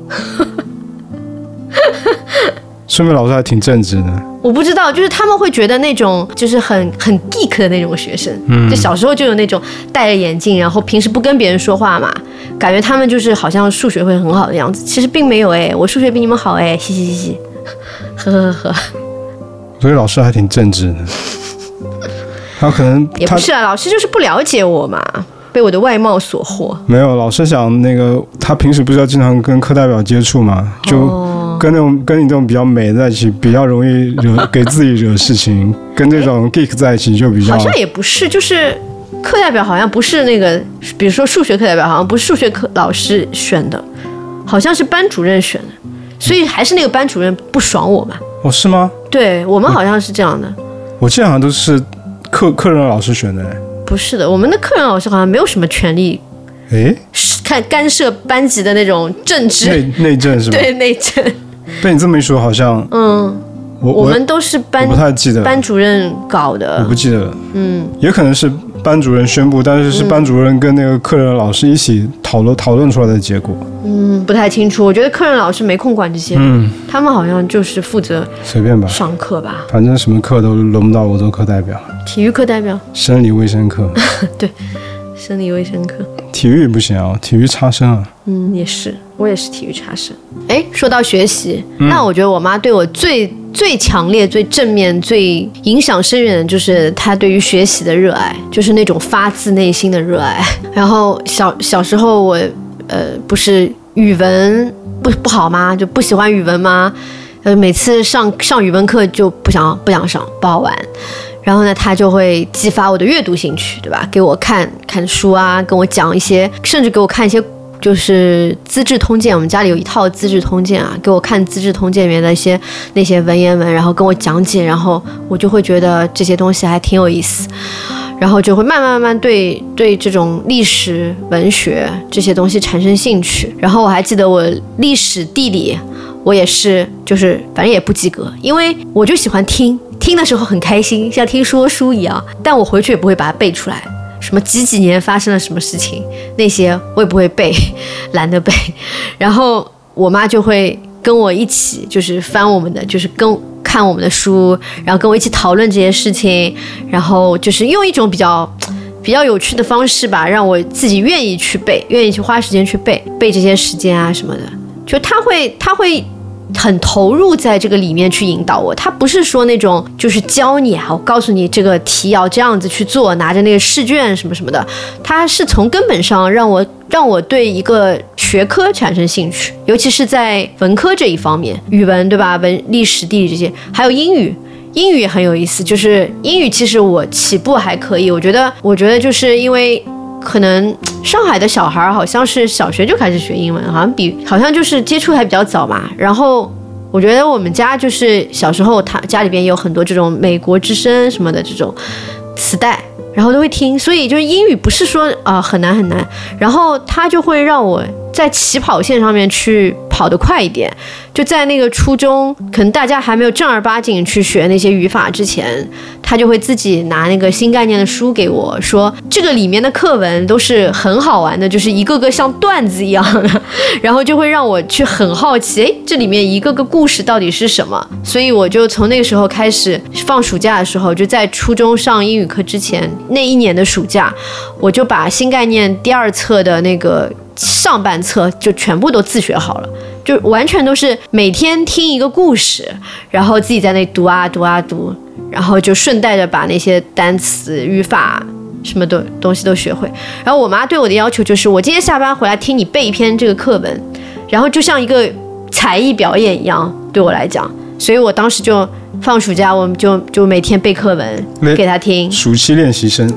说明老师还挺正直的。 我不知道，就是他们会觉得那种就是很很 geek 的那种学生， 嗯， 就小时候就有那种戴着眼镜，然后平时不跟别人说话嘛，感觉他们就是好像数学会很好的样子，其实并没有哎，我数学比你们好哎，嘻嘻嘻嘻，呵呵呵呵。 所以老师还挺正直的。他可能也不是啊，老师就是不了解我嘛，被我的外貌所惑。 没有，老师想那个他平时不是要经常跟课代表接触嘛，就。 哦跟那种跟你这种比较美在一起，比较容易惹给自己惹事情；跟这种 geek 在一起就比较…… 好像也不是，就是课代表好像不是那个，比如说数学课代表好像不是数学课老师选的，好像是班主任选的，所以还是那个班主任不爽我嘛。 哦，是吗？ 对我们好像是这样的。 我记得好像都是课课任老师选的。 不是的，我们的课任老师好像没有什么权利。 诶， 看干涉班级的那种政治内内政是吧？ 对内政。 被你这么一说，好像嗯，我我们都是班， 我不太记得班主任搞的， 我不记得了。 嗯， 也可能是班主任宣布，但是是班主任跟那个课任老师一起讨论、嗯、讨论出来的结果。 嗯，不太清楚。我觉得课任老师没空管这些， 嗯， 他们好像就是负责随便吧上课吧， 反正什么课都轮不到我做课代表。 体育课代表， 生理卫生课， 对。生理卫生课， 体育不行啊，体育差生啊。 嗯，也是，我也是体育差生。哎，说到学习，嗯、那我觉得我妈对我最最强烈、最正面、最影响深远的，就是她对于学习的热爱，就是那种发自内心的热爱。然后小小时候我，呃，不是语文不不好吗？就不喜欢语文吗？呃，每次上上语文课就不想不想上，不好玩。然后呢，他就会激发我的阅读兴趣，对吧？给我看看书啊，跟我讲一些，甚至给我看一些，就是《资治通鉴》。我们家里有一套《资治通鉴》啊，给我看《资治通鉴》里面的一些那些文言文，然后跟我讲解，然后我就会觉得这些东西还挺有意思，然后就会慢慢慢慢对对这种历史、文学这些东西产生兴趣。然后我还记得我历史、地理，我也是，就是反正也不及格，因为我就喜欢听。听的时候很开心，像听说书一样，但我回去也不会把它背出来。什么几几年发生了什么事情，那些我也不会背，懒得背。然后我妈就会跟我一起，就是翻我们的，就是跟看我们的书，然后跟我一起讨论这些事情，然后就是用一种比较比较有趣的方式吧，让我自己愿意去背，愿意去花时间去背背这些时间啊什么的。就他会，他会。很投入在这个里面去引导我，他不是说那种就是教你啊，我告诉你这个题要这样子去做，拿着那个试卷什么什么的，他是从根本上让我让我对一个学科产生兴趣，尤其是在文科这一方面，语文对吧，文历史地理这些，还有英语。英语也很有意思，就是英语其实我起步还可以，我觉得我觉得就是因为可能上海的小孩好像是小学就开始学英文，好像比好像就是接触还比较早嘛。然后我觉得我们家就是小时候他家里边有很多这种美国之声什么的这种磁带，然后都会听，所以就是英语不是说啊、呃、很难很难，然后他就会让我在起跑线上面去跑得快一点。就在那个初中，可能大家还没有正儿八经去学那些语法之前，他就会自己拿那个新概念的书给我说，这个里面的课文都是很好玩的，就是一个个像段子一样的，然后就会让我去很好奇，哎，这里面一个个故事到底是什么？所以我就从那个时候开始，放暑假的时候，就在初中上英语课之前那一年的暑假，我就把新概念第二册的那个上半册就全部都自学好了，就完全都是每天听一个故事，然后自己在那读啊读啊读，然后就顺带着把那些单词语法什么的东西都学会。然后我妈对我的要求就是，我今天下班回来听你背一篇这个课文，然后就像一个才艺表演一样，对我来讲。所以我当时就放暑假，我们就就每天背课文给她听， 暑期练习生。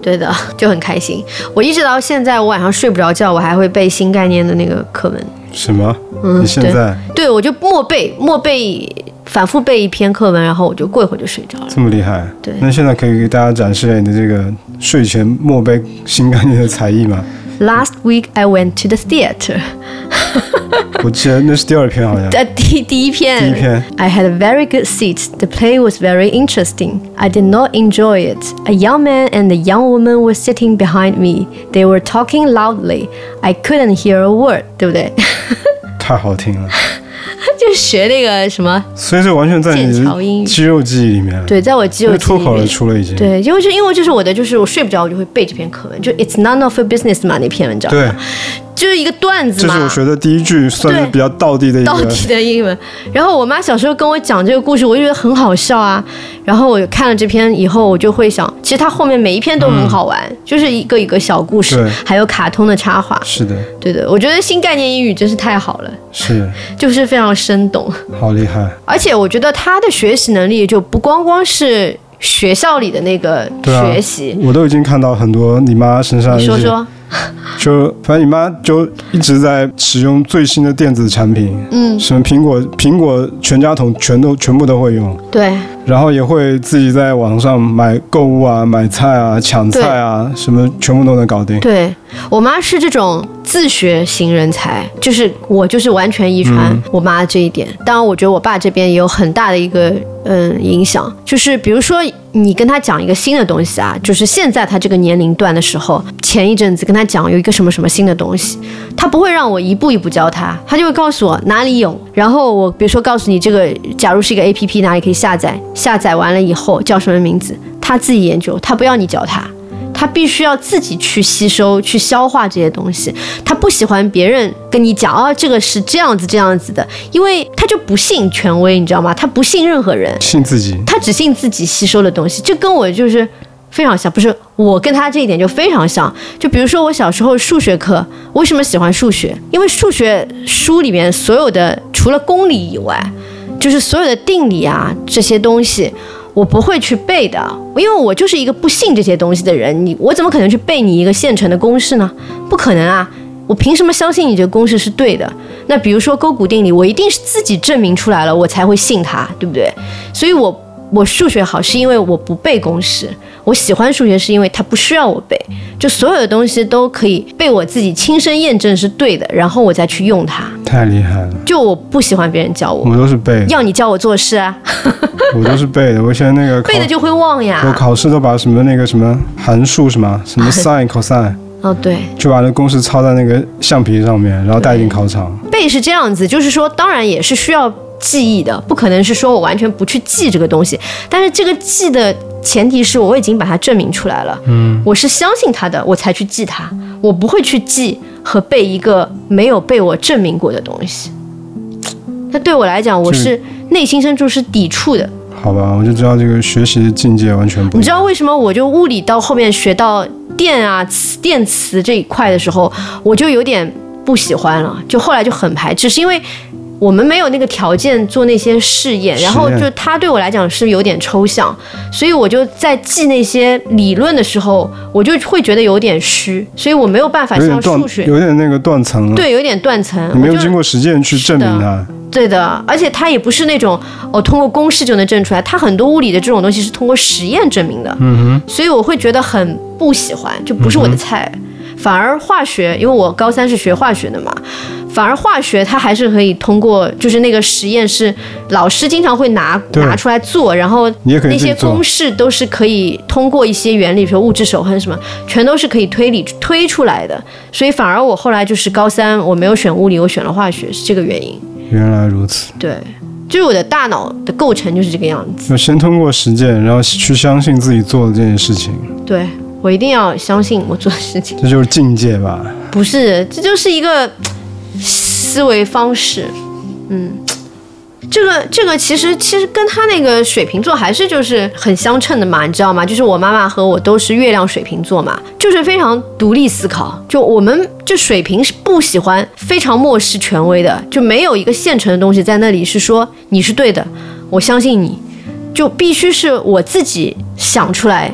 对的，就很开心。我一直到现在，我晚上睡不着觉，我还会背新概念的那个课文。 什么？ 嗯， 你现在？ 对，对我就默背，默背，反复背一篇课文，然后我就过一会儿就睡着了。 这么厉害？ 对。 那现在可以给大家展示一下你的这个睡前默背新概念的才艺吗？ Last week I went to the theater 我记得那是第二篇好像。 呃，第第一篇。 第一篇。 I had a very good seat. The play was very interesting. I did not enjoy it. A young man and a young woman were sitting behind me. They were talking loudly. I couldn't hear a word. 对不对？ 太好听了。 就学那个什么， 所以这完全在你的肌肉记忆里面。 对，在我肌肉记忆里面脱口而出了已经。 对，因为就因为这是我的，就是我睡不着我就会背这篇课文，就 It's none of your business 嘛，那篇文章。 对。 就是一个段子嘛， 这是我学的第一句，算是比较道地的一个道地的英文。然后我妈小时候跟我讲这个故事，我就觉得很好笑啊。然后我看了这篇以后，我就会想，其实它后面每一篇都很好玩，嗯、就是一个一个小故事，还有卡通的插画。 是的， 对的，我觉得新概念英语真是太好了， 是， 就是非常生动， 好厉害。 而且我觉得他的学习能力就不光光是学校里的那个学习， 啊、我都已经看到很多你妈身上的。 你说说。 就反正你妈就一直在使用最新的电子产品，嗯，什么苹果、苹果全家桶全都全部都会用， 对， 然后也会自己在网上买购物啊、买菜啊、抢菜啊，什么全部都能搞定。 对，我妈是这种自学型人才，就是我就是完全遗传我妈这一点。嗯、当然，我觉得我爸这边也有很大的一个嗯影响，就是比如说你跟他讲一个新的东西啊，就是现在他这个年龄段的时候，前一阵子跟他讲有一个什么什么新的东西，他不会让我一步一步教他，他就会告诉我哪里有，然后我比如说告诉你这个，假如是一个 A P P 哪里可以下载，下载完了以后叫什么名字，他自己研究，他不要你教他。他必须要自己去吸收、去消化这些东西。他不喜欢别人跟你讲，哦，这个是这样子、这样子的，因为他就不信权威，你知道吗？他不信任何人， 信自己， 他只信自己吸收的东西。这跟我就是非常像，不是我跟他这一点就非常像。就比如说我小时候数学课，为什么喜欢数学？因为数学书里面所有的除了公理以外，就是所有的定理啊这些东西。我不会去背的，因为我就是一个不信这些东西的人。你我怎么可能去背你一个现成的公式呢？不可能啊！我凭什么相信你这个公式是对的？那比如说勾股定理，我一定是自己证明出来了，我才会信它，对不对？所以我我数学好是因为我不背公式，我喜欢数学是因为它不需要我背，就所有的东西都可以被我自己亲身验证是对的，然后我再去用它。 太厉害了！ 就我不喜欢别人教我， 我都是背的， 要你教我做事啊。 我都是背的，我现在那个背的就会忘呀。 我考试都把什么那个什么函数什么什么 sin cosine 哦对， 就把那公式抄在那个橡皮上面，然后带进考场。 背是这样子，就是说当然也是需要记忆的，不可能是说我完全不去记这个东西，但是这个记的前提是我已经把它证明出来了，嗯，我是相信它的，我才去记它，我不会去记和背一个没有被我证明过的东西。那对我来讲，我是内心深处是抵触的。 好吧，我就知道这个学习的境界完全不一样。 你知道为什么我就物理到后面学到电啊、磁电磁这一块的时候，我就有点不喜欢了，就后来就很排斥，是因为我们没有那个条件做那些试验，然后就它对我来讲是有点抽象，所以我就在记那些理论的时候，我就会觉得有点虚，所以我没有办法像数学有点那个断层了。 对，有点断层， 你没有经过实践去证明它。 对的，而且它也不是那种哦通过公式就能证出来，它很多物理的这种东西是通过实验证明的，嗯哼，所以我会觉得很不喜欢，就不是我的菜。嗯，反而化学，因为我高三是学化学的嘛，反而化学它还是可以通过，就是那个实验是老师经常会拿拿出来做，然后那些公式都是可以通过一些原理，比如物质守恒什么，全都是可以推理推出来的。所以反而我后来就是高三我没有选物理，我选了化学，是这个原因。 原来如此。 对，就是我的大脑的构成就是这个样子。 要先通过实践，然后去相信自己做的这件事情。 对。我一定要相信我做的事情， 这就是境界吧？ 不是，这就是一个思维方式。嗯，这个这个其实其实跟他那个水瓶座还是就是很相称的嘛，你知道吗？就是我妈妈和我都是月亮水瓶座嘛，就是非常独立思考。就我们这水瓶是不喜欢非常漠视权威的，就没有一个现成的东西在那里是说你是对的，我相信你，就必须是我自己想出来。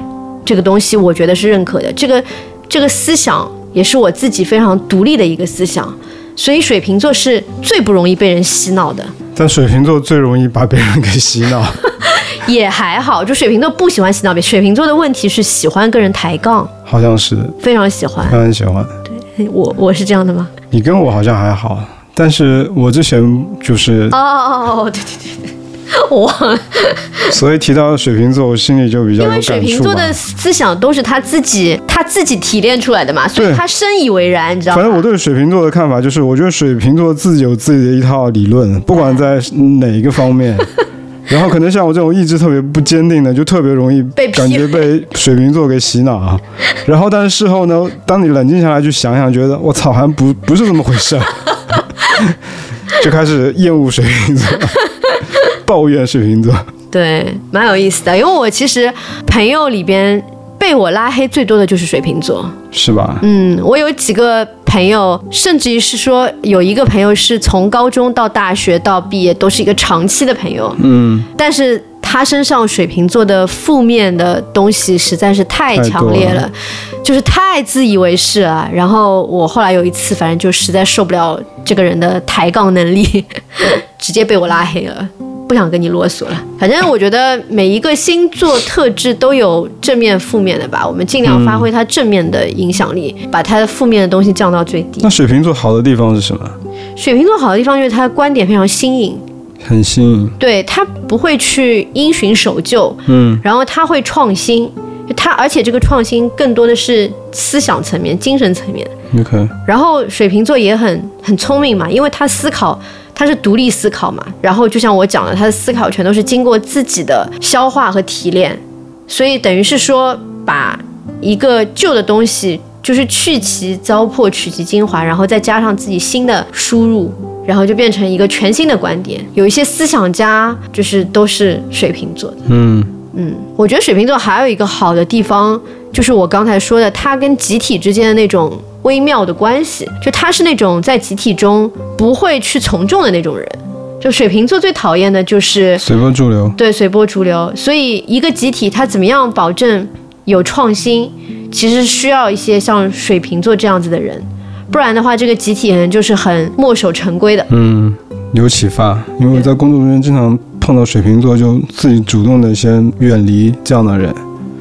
这个东西我觉得是认可的，这个这个思想也是我自己非常独立的一个思想，所以水瓶座是最不容易被人洗脑的。 但水瓶座最容易把别人给洗脑。 也还好，就水瓶座不喜欢洗脑别人，水瓶座的问题是喜欢跟人抬杠， 好像是非常喜欢， 非常喜欢。 对，我我是这样的吗？ 你跟我好像还好，但是我之前就是哦哦哦，对对对对，我忘了。 所以提到水瓶座，我心里就比较有感触吧。 因为水瓶座的思想都是他自己他自己提炼出来的嘛，所以他深以为然，你知道吗？ 反正我对水瓶座的看法就是，我觉得水瓶座自己有自己的一套理论，不管在哪一个方面。然后可能像我这种意志特别不坚定的，就特别容易感觉被水瓶座给洗脑。然后但是事后呢，当你冷静下来去想想，觉得我操，好像不不是这么回事，就开始厌恶水瓶座，抱怨水瓶座。 对，蛮有意思的。因为我其实朋友里边被我拉黑最多的就是水瓶座， 是吧？ 嗯，我有几个朋友，甚至于是说有一个朋友是从高中到大学到毕业都是一个长期的朋友， 嗯， 但是他身上水瓶座的负面的东西实在是太强烈了，就是太自以为是了。然后我后来有一次，反正就实在受不了这个人的抬杠能力，直接被我拉黑了。不想跟你啰嗦了，反正我觉得每一个星座特质都有正面负面的吧，我们尽量发挥它正面的影响力，嗯、把它的负面的东西降到最低。 那水瓶座好的地方是什么？ 水瓶座好的地方就是他的观点非常新颖， 很新颖，对， 他不会去因循守旧， 嗯， 然后他会创新，他而且这个创新更多的是思想层面、精神层面。 OK， 然后水瓶座也很很聪明嘛，因为他思考。他是独立思考嘛，然后就像我讲的，他的思考全都是经过自己的消化和提炼，所以等于是说把一个旧的东西就是去其糟粕取其精华，然后再加上自己新的输入，然后就变成一个全新的观点。有一些思想家就是都是水瓶座的。 嗯嗯，我觉得水瓶座还有一个好的地方，就是我刚才说的，他跟集体之间的那种微妙的关系，就他是那种在集体中不会去从众的那种人。就水瓶座最讨厌的就是随波逐流， 对，随波逐流。所以一个集体他怎么样保证有创新，其实需要一些像水瓶座这样子的人，不然的话这个集体人就是很墨守成规的。 嗯，有启发，因为我在工作中间经常碰到水瓶座，就自己主动的先远离这样的人。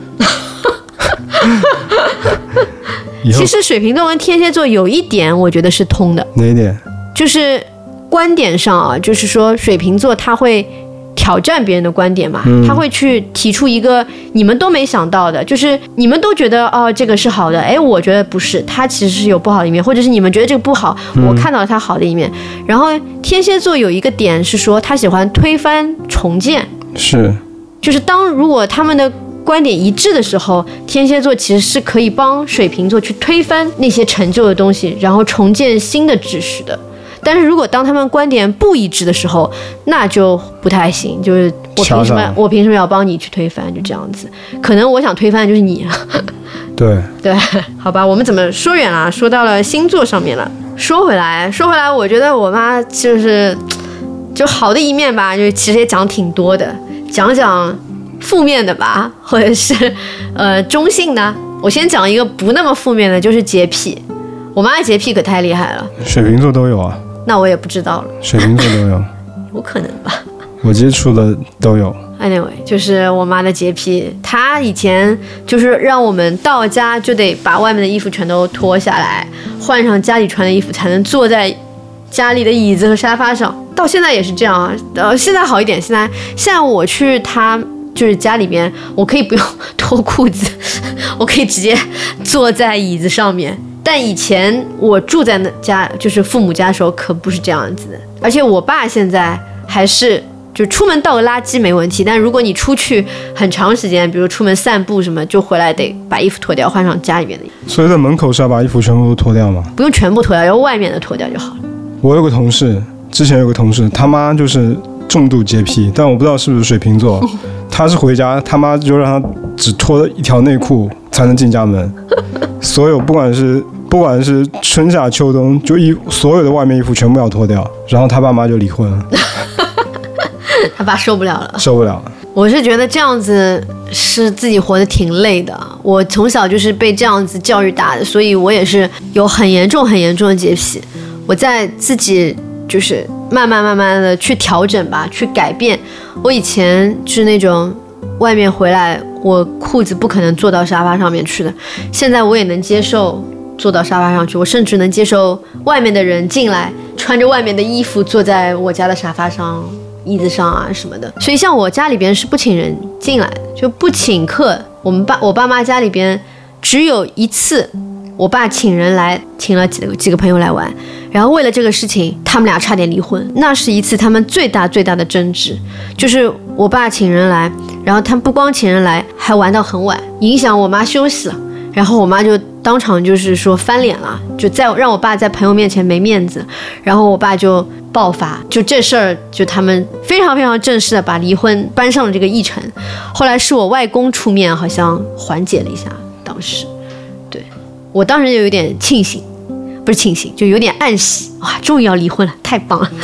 其实水瓶座跟天蝎座有一点我觉得是通的。 哪一点？ 就是观点上啊，就是说水瓶座他会挑战别人的观点嘛，嗯、他会去提出一个你们都没想到的，就是你们都觉得哦这个是好的，哎我觉得不是，他其实是有不好的一面，或者是你们觉得这个不好，嗯、我看到了他好的一面。然后天蝎座有一个点是说他喜欢推翻重建， 是， 就是当如果他们的观点一致的时候，天蝎座其实是可以帮水瓶座去推翻那些陈旧的东西，然后重建新的知识的。但是如果当他们观点不一致的时候，那就不太行，就是我凭什么我凭什么要帮你去推翻，就这样子。可能我想推翻的就是你。 对对，好吧，我们怎么说远了，说到了星座上面了。说回来说回来我觉得我妈就是就好的一面吧，就其实也讲挺多的，讲讲负面的吧，或者是呃中性的。我先讲一个不那么负面的，就是洁癖。我妈的洁癖可太厉害了， 水瓶座都有啊。 那我也不知道了， 水瓶座都有。 有可能吧， 我接触的都有。 Anyway， 就是我妈的洁癖，她以前就是让我们到家就得把外面的衣服全都脱下来，换上家里穿的衣服，才能坐在家里的椅子和沙发上。到现在也是这样啊，呃，现在好一点，现在现在我去她就是家里面，我可以不用脱裤子，我可以直接坐在椅子上面。但以前我住在那家，就是父母家的时候，可不是这样子的。而且我爸现在还是，就出门倒个垃圾没问题，但如果你出去很长时间，比如出门散步什么，就回来得把衣服脱掉，换上家里面的衣服。 所以在门口是要把衣服全部都脱掉吗？ 不用全部脱掉，要外面的脱掉就好了。 我有个同事，之前有个同事，他妈就是重度洁癖，但我不知道是不是水瓶座。他是回家，他妈就让他只脱一条内裤才能进家门。所有不管是不管是春夏秋冬，就衣所有的外面衣服全部要脱掉，然后他爸妈就离婚了。 他爸受不了了， 受不了了。 我是觉得这样子是自己活得挺累的。我从小就是被这样子教育大的，所以我也是有很严重很严重的洁癖。我在自己就是慢慢慢慢的去调整吧，去改变。我以前是那种外面回来我裤子不可能坐到沙发上面去的，现在我也能接受坐到沙发上去，我甚至能接受外面的人进来穿着外面的衣服坐在我家的沙发上椅子上啊什么的。所以像我家里边是不请人进来的，就不请客。我们爸我爸妈家里边只有一次我爸请人来，请了几个几个朋友来玩，然后为了这个事情他们俩差点离婚。那是一次他们最大最大的争执，就是我爸请人来，然后他们不光请人来还玩到很晚，影响我妈休息了。然后我妈就当场就是说翻脸了，就在让我爸在朋友面前没面子，然后我爸就爆发，就这事儿就他们非常非常正式的把离婚搬上了这个议程。后来是我外公出面好像缓解了一下，当时对我当时就有点庆幸，不是庆幸，就有点暗喜，哇，终于要离婚了，太棒了。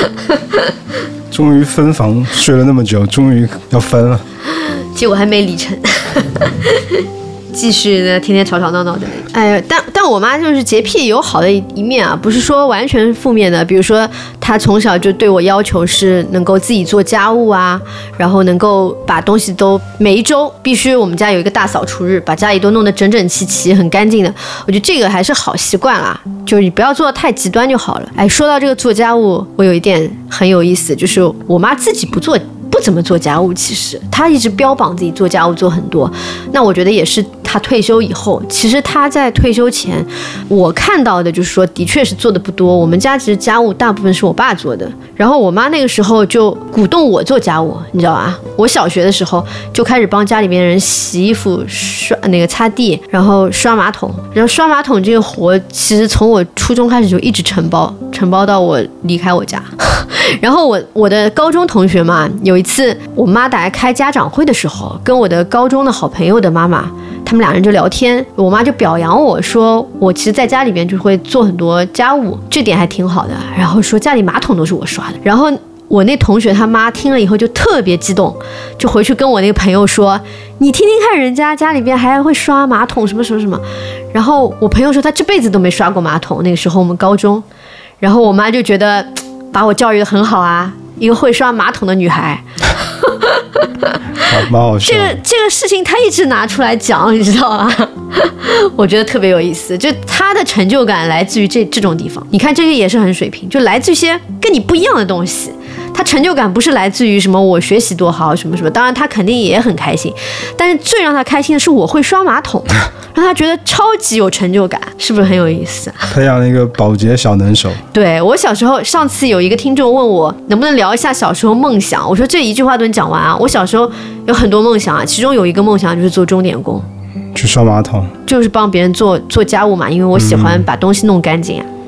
终于分房睡了那么久，终于要分了， 结果还没离成。继续的天天吵吵闹闹的，哎，但但我妈就是洁癖有好的一面啊，不是说完全是负面的。比如说，她从小就对我要求是能够自己做家务啊，然后能够把东西都每一周必须我们家有一个大扫除日，把家里都弄得整整齐齐、很干净的。我觉得这个还是好习惯啦，就是你不要做得太极端就好了。哎，说到这个做家务，我有一点很有意思，就是我妈自己不做。不怎么做家务，其实他一直标榜自己做家务做很多，那我觉得也是他退休以后。其实他在退休前，我看到的就是说，的确是做的不多。我们家其实家务大部分是我爸做的，然后我妈那个时候就鼓动我做家务，你知道吧？我小学的时候就开始帮家里面人洗衣服、刷那个擦地，然后刷马桶。然后刷马桶这个活，其实从我初中开始就一直承包，承包到我离开我家。然后我我的高中同学嘛，有一次我妈打来开家长会的时候，跟我的高中的好朋友的妈妈，他们俩人就聊天，我妈就表扬我说，我其实在家里面就会做很多家务，这点还挺好的。然后说家里马桶都是我刷的。然后我那同学他妈听了以后就特别激动，就回去跟我那个朋友说，你听听看人家家里边还会刷马桶什么什么什么。然后我朋友说他这辈子都没刷过马桶，那个时候我们高中。然后我妈就觉得把我教育得很好啊，一个会刷马桶的女孩。 蛮好笑。 这个这个事情她一直拿出来讲，你知道吗？我觉得特别有意思，就她的成就感来自于这这种地方。你看这些也是很水平，就来自于一些跟你不一样的东西。她成就感不是来自于什么我学习多好什么什么，当然她肯定也很开心，但是最让她开心的是我会刷马桶，让她觉得超级有成就感，是不是很有意思？ 培养了一个保洁小能手。 对，我小时候，上次有一个听众问我能不能聊一下小时候梦想，我说这一句话都能讲完啊。我小时候有很多梦想啊，其中有一个梦想就是做钟点工， 去刷马桶， 就是帮别人做做家务嘛，因为我喜欢把东西弄干净啊。嗯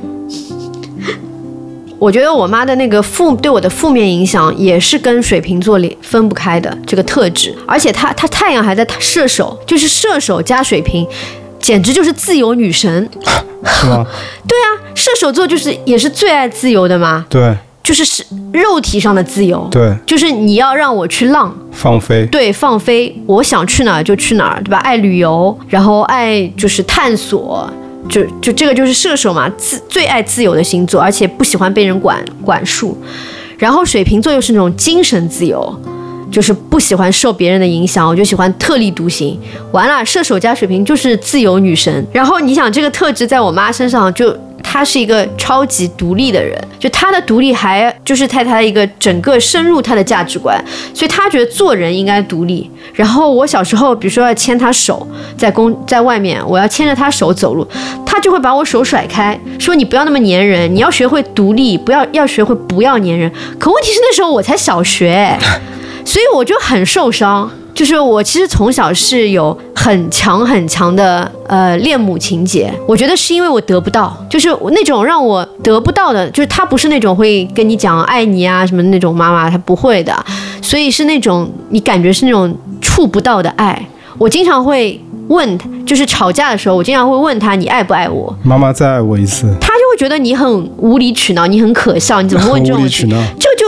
我觉得我妈的那个负对我的负面影响也是跟水瓶座里分不开的这个特质，而且她她太阳还在射手，就是射手加水瓶，简直就是自由女神， 是吗？ 对啊，射手座就是也是最爱自由的嘛， 对， 就是是肉体上的自由， 对， 就是你要让我去浪放飞， 对，放飞，我想去哪儿就去哪儿，对吧？爱旅游，然后爱就是探索。就就这个就是射手嘛，自最爱自由的星座，而且不喜欢被人管管束。然后水瓶座又是那种精神自由，就是不喜欢受别人的影响，我就喜欢特立独行。完了，射手加水瓶就是自由女神。然后你想这个特质在我妈身上就。她是一个超级独立的人，就她的独立还就是在她的一个整个深入她的价值观，所以她觉得做人应该独立。然后我小时候，比如说要牵她手，在公在外面，我要牵着她手走路，她就会把我手甩开，说你不要那么粘人，你要学会独立，不要要学会不要粘人。可问题是那时候我才小学，所以我就很受伤。就是我其实从小是有很强很强的呃恋母情节，我觉得是因为我得不到，就是那种让我得不到的，就是她不是那种会跟你讲爱你啊什么的那种妈妈，她不会的，所以是那种你感觉是那种触不到的爱。我经常会问她，就是吵架的时候，我经常会问她你爱不爱我？ 妈妈再爱我一次， 她就会觉得你很无理取闹，你很可笑，你怎么问这种事情？就就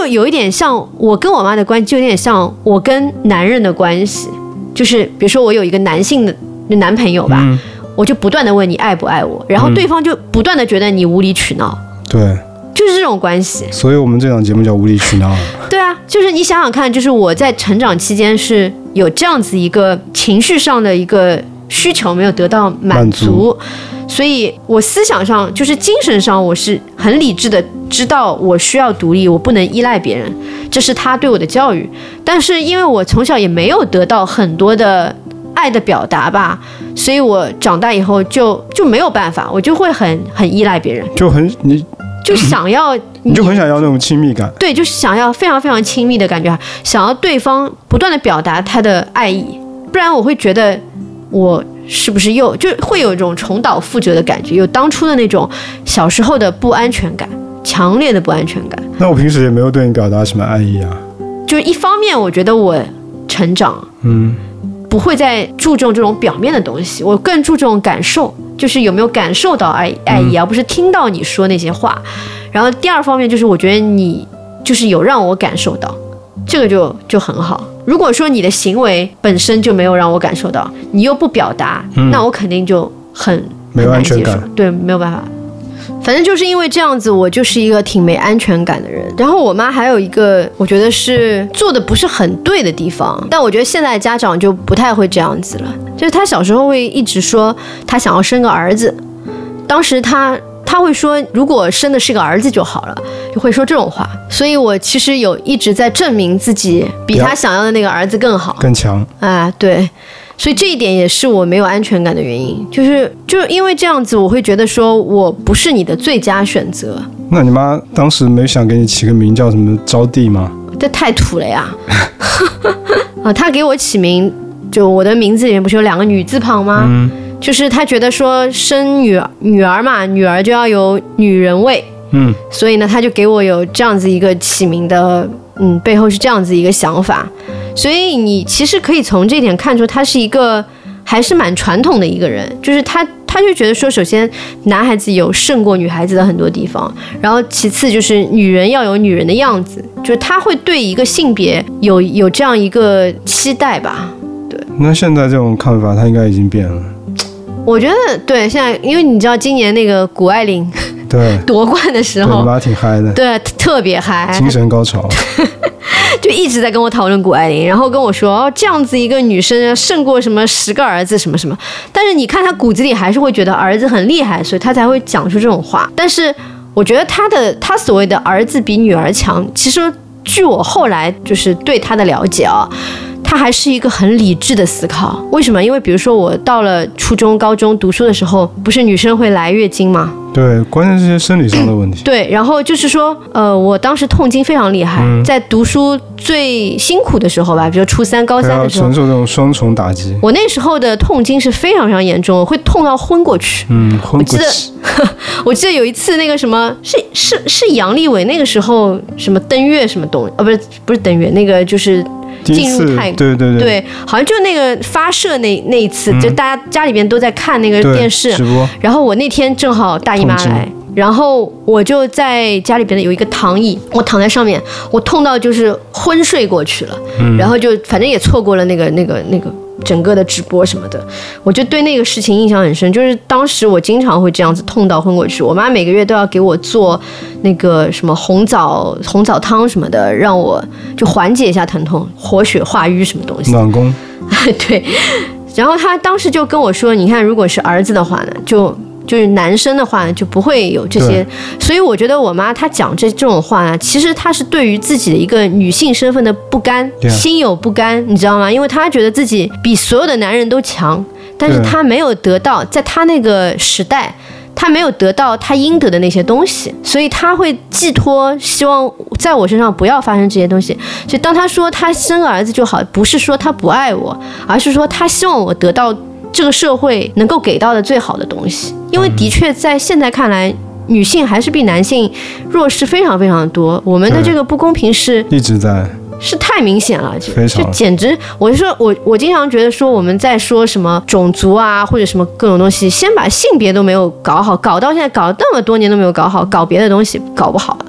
就有一点像我跟我妈的关系，就有点像我跟男人的关系，就是比如说我有一个男性的男朋友吧，嗯、我就不断的问你爱不爱我，然后对方就不断的觉得你无理取闹， 对， 就是这种关系。 所以我们这档节目叫无理取闹。 对啊，就是你想想看，就是我在成长期间是有这样子一个情绪上的一个需求没有得到满足，所以我思想上就是精神上我是很理智的，知道我需要独立，我不能依赖别人，这是他对我的教育。但是因为我从小也没有得到很多的爱的表达吧，所以我长大以后就就没有办法，我就会很很依赖别人， 就很你就想要你， 你就很想要那种亲密感。 对，就是想要非常非常亲密的感觉，想要对方不断的表达他的爱意，不然我会觉得我是不是又就会有一种重蹈覆辙的感觉，有当初的那种小时候的不安全感，强烈的不安全感。 那我平时也没有对你表达什么爱意啊。 就是一方面，我觉得我成长，嗯，不会再注重这种表面的东西，我更注重感受，就是有没有感受到爱爱意，而不是听到你说那些话。然后第二方面就是，我觉得你就是有让我感受到，这个就就很好。如果说你的行为本身就没有让我感受到，你又不表达，嗯、那我肯定就很没有安全感， 对，没有办法。反正就是因为这样子，我就是一个挺没安全感的人。然后我妈还有一个我觉得是做的不是很对的地方，但我觉得现在家长就不太会这样子了。就是她小时候会一直说她想要生个儿子，当时她她会说如果生的是个儿子就好了，就会说这种话。所以我其实有一直在证明自己比她想要的那个儿子更好， 更强啊，对。所以这一点也是我没有安全感的原因，就是就因为这样子，我会觉得说我不是你的最佳选择。 那你妈当时没想给你起个名叫什么招娣吗？ 这太土了呀！啊，她给我起名，就我的名字里面不是有两个女字旁吗？嗯，就是她觉得说生女儿女儿嘛，女儿就要有女人味。嗯，所以呢，她就给我有这样子一个起名的，嗯，背后是这样子一个想法。所以你其实可以从这一点看出，他是一个还是蛮传统的一个人，就是他他就觉得说，首先男孩子有胜过女孩子的很多地方，然后其次就是女人要有女人的样子，就是他会对一个性别有有这样一个期待吧。对， 那现在这种看法他应该已经变了。 我觉得对，现在因为你知道今年那个谷爱凌对夺冠的时候， 你妈挺嗨的， 对，特别嗨， 精神高潮。 就一直在跟我讨论谷爱凌，然后跟我说哦，这样子一个女生胜过什么十个儿子什么什么，但是你看她骨子里还是会觉得儿子很厉害，所以她才会讲出这种话。但是我觉得她的她所谓的儿子比女儿强，其实据我后来就是对她的了解啊，她还是一个很理智的思考。为什么？因为比如说我到了初中高中读书的时候，不是女生会来月经吗？ 对，关键是些生理上的问题。 对，然后就是说，呃，我当时痛经非常厉害，嗯、在读书最辛苦的时候吧，比如初三、高三的时候， 承受这种双重打击。 我那时候的痛经是非常非常严重，我会痛到昏过去。 嗯，昏过去。 我记得，我记得有一次那个什么，是是是杨利伟那个时候什么登月什么东西，哦，不是不是登月，那个就是。进入太对对 对, 对，好像就那个发射那那一次，嗯、就大家家里边都在看那个电视直播。 然后我那天正好大姨妈来，然后我就在家里边有一个躺椅，我躺在上面，我痛到就是昏睡过去了，嗯、然后就反正也错过了那个那个那个整个的直播什么的，我就对那个事情印象很深，就是当时我经常会这样子痛到昏过去，我妈每个月都要给我做那个什么红枣红枣汤什么的，让我就缓解一下疼痛，活血化瘀什么东西。 暖宫。 对，然后她当时就跟我说，你看如果是儿子的话呢，就就是男生的话呢，就不会有这些。所以我觉得我妈她讲这这种话呢，其实她是对于自己的一个女性身份的不甘， yeah. 心有不甘，你知道吗？因为她觉得自己比所有的男人都强，但是她没有得到，在她那个时代，她没有得到她应得的那些东西，所以她会寄托希望在我身上不要发生这些东西。所以当她说她生个儿子就好，不是说她不爱我，而是说她希望我得到这个社会能够给到的最好的东西。因为的确在现在看来，女性还是比男性弱势非常非常多，我们的这个不公平是一直在， 是太明显了，就非常就简直，我就说我我经常觉得说我们在说什么种族啊或者什么各种东西，先把性别都没有搞好，搞到现在搞了那么多年都没有搞好，搞别的东西搞不好了。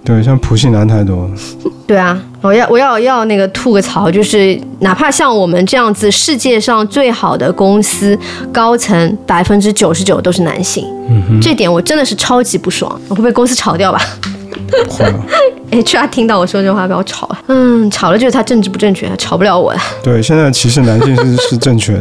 对，像普信男太多。 对啊，我要我要要那个吐个槽，就是哪怕像我们这样子，世界上最好的公司高层百分之九十九都是男性，嗯，这点我真的是超级不爽。我会被公司炒掉吧？ 会了。 H R 听到我说这话不要吵了，嗯，吵了就是他政治不正确，吵不了我。 对，现在歧视男性是是正确的。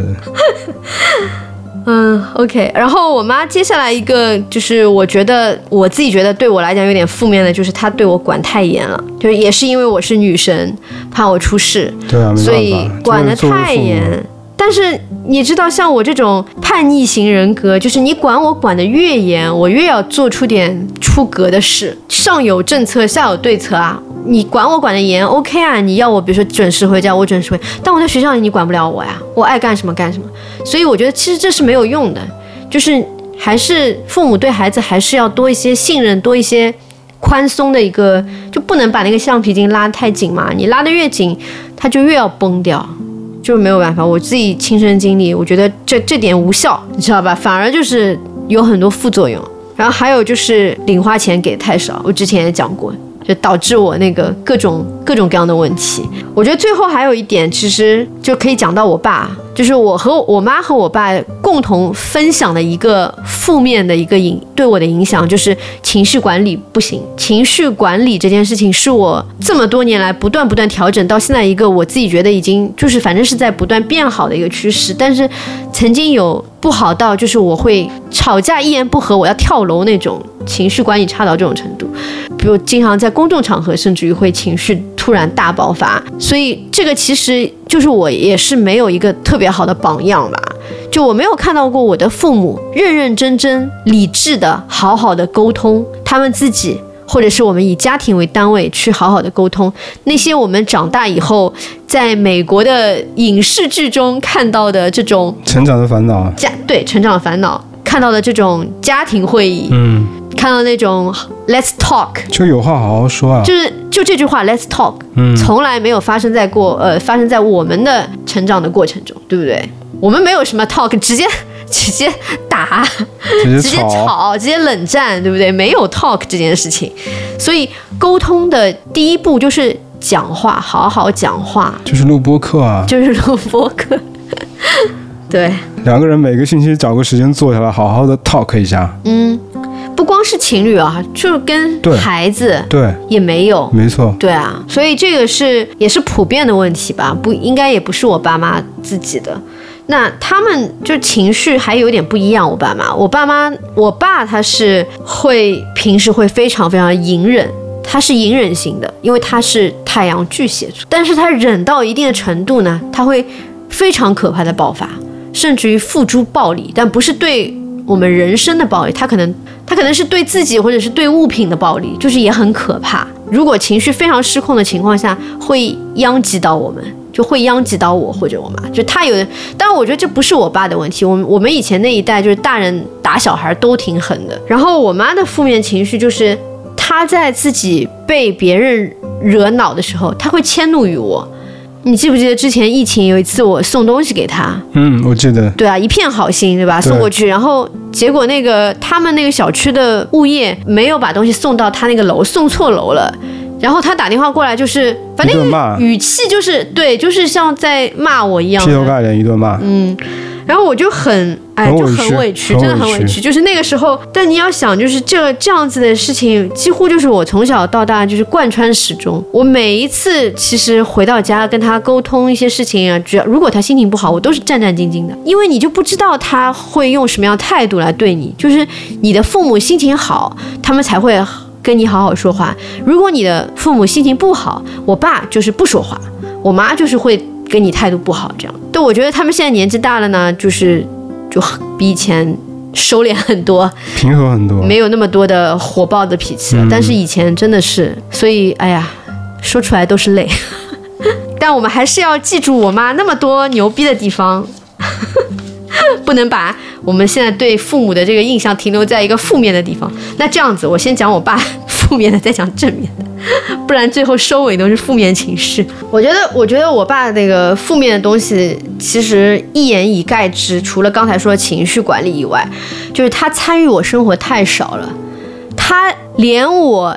嗯 ，OK， 然后我妈接下来一个就是我觉得我自己觉得对我来讲有点负面的，就是她对我管太严了，就是也是因为我是女生，怕我出事， 对啊，没办法， 所以管得太严。但是你知道，像我这种叛逆型人格，就是你管我管得越严，我越要做出点出格的事。上有政策，下有对策啊。你管我管得严 ，OK 啊，你要我比如说准时回家，我准时回。但我在学校里，你管不了我呀，我爱干什么干什么。所以我觉得其实这是没有用的，就是还是父母对孩子还是要多一些信任，多一些宽松的一个，就不能把那个橡皮筋拉太紧嘛。你拉得越紧，它就越要崩掉。就是没有办法，我自己亲身经历，我觉得这这点无效，你知道吧？反而就是有很多副作用。然后还有就是零花钱给太少，我之前也讲过，就导致我那个各种各种各样的问题。我觉得最后还有一点，其实就可以讲到我爸，就是我和我妈和我爸共同分享的一个负面的一个影对我的影响，就是情绪管理不行。情绪管理这件事情是我这么多年来不断不断调整到现在一个我自己觉得已经就是反正是在不断变好的一个趋势，但是曾经有不好到就是我会吵架一言不合我要跳楼那种，情绪管理差到这种程度，比如经常在公众场合甚至于会情绪突然大爆发。所以这个其实就是我也是没有一个特别好的榜样吧，就我没有看到过我的父母认认真真理智的好好的沟通他们自己，或者是我们以家庭为单位去好好的沟通那些我们长大以后在美国的影视剧中看到的这种成长的烦恼， 家对成长的烦恼看到的这种家庭会议， 嗯， 看到那种 Let's talk， 就有话好好说啊， 就是就这句话 Let's talk， 嗯，从来没有发生在过呃发生在我们的成长的过程中，对不对？我们没有什么 talk， 直接直接打， 直接直接吵，直接冷战，对不对？没有 talk 这件事情，所以沟通的第一步就是讲话，好好讲话， 就是录播客啊， 就是录播客，对， 两个人每个星期找个时间坐下来，好好的 talk 一下， 嗯。不光是情侣啊，就跟孩子对也没有， 没错， 对啊，所以这个是也是普遍的问题吧，不应该也不是我爸妈自己的。那他们就情绪还有点不一样，我爸妈，我爸妈，我爸他是会平时会非常非常隐忍，他是隐忍型的，因为他是太阳巨蟹座，但是他忍到一定的程度呢，他会非常可怕的爆发，甚至于付诸暴力，但不是对我们人生的暴力，他可能他可能是对自己或者是对物品的暴力，就是也很可怕。如果情绪非常失控的情况下，会殃及到我们，就会殃及到我或者我妈。就他有，当然我觉得这不是我爸的问题，我们我们以前那一代就是大人打小孩都挺狠的。然后我妈的负面情绪就是她在自己被别人惹恼的时候，她会迁怒于我。你记不记得之前疫情有一次我送东西给他？嗯， 我记得。 对啊，一片好心，对吧？送过去，然后结果那个他们那个小区的物业没有把东西送到他那个楼，送错楼了。然后他打电话过来，就是反正语气就是对，就是像在骂我一样， 劈头盖脸一顿骂。 嗯。然后我就很哎，就很委屈，真的很委屈。就是那个时候，但你要想，就是这这样子的事情，几乎就是我从小到大就是贯穿始终。我每一次其实回到家跟他沟通一些事情啊，只要如果他心情不好，我都是战战兢兢的，因为你就不知道他会用什么样的态度来对你。就是你的父母心情好，他们才会跟你好好说话。如果你的父母心情不好，我爸就是不说话，我妈就是会跟你态度不好，这样。对，我觉得他们现在年纪大了呢，就是就比以前收敛很多， 平和很多， 没有那么多的火爆的脾气了。嗯、但是以前真的是，所以哎呀，说出来都是泪。但我们还是要记住我妈那么多牛逼的地方，不能把我们现在对父母的这个印象停留在一个负面的地方。那这样子，我先讲我爸负面的，再讲正面的。不然最后收尾都是负面情绪。我觉得，我觉得我爸那个负面的东西，其实一言以概之，除了刚才说的情绪管理以外，就是他参与我生活太少了。他连我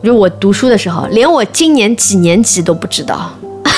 就我读书的时候，连我今年几年级都不知道。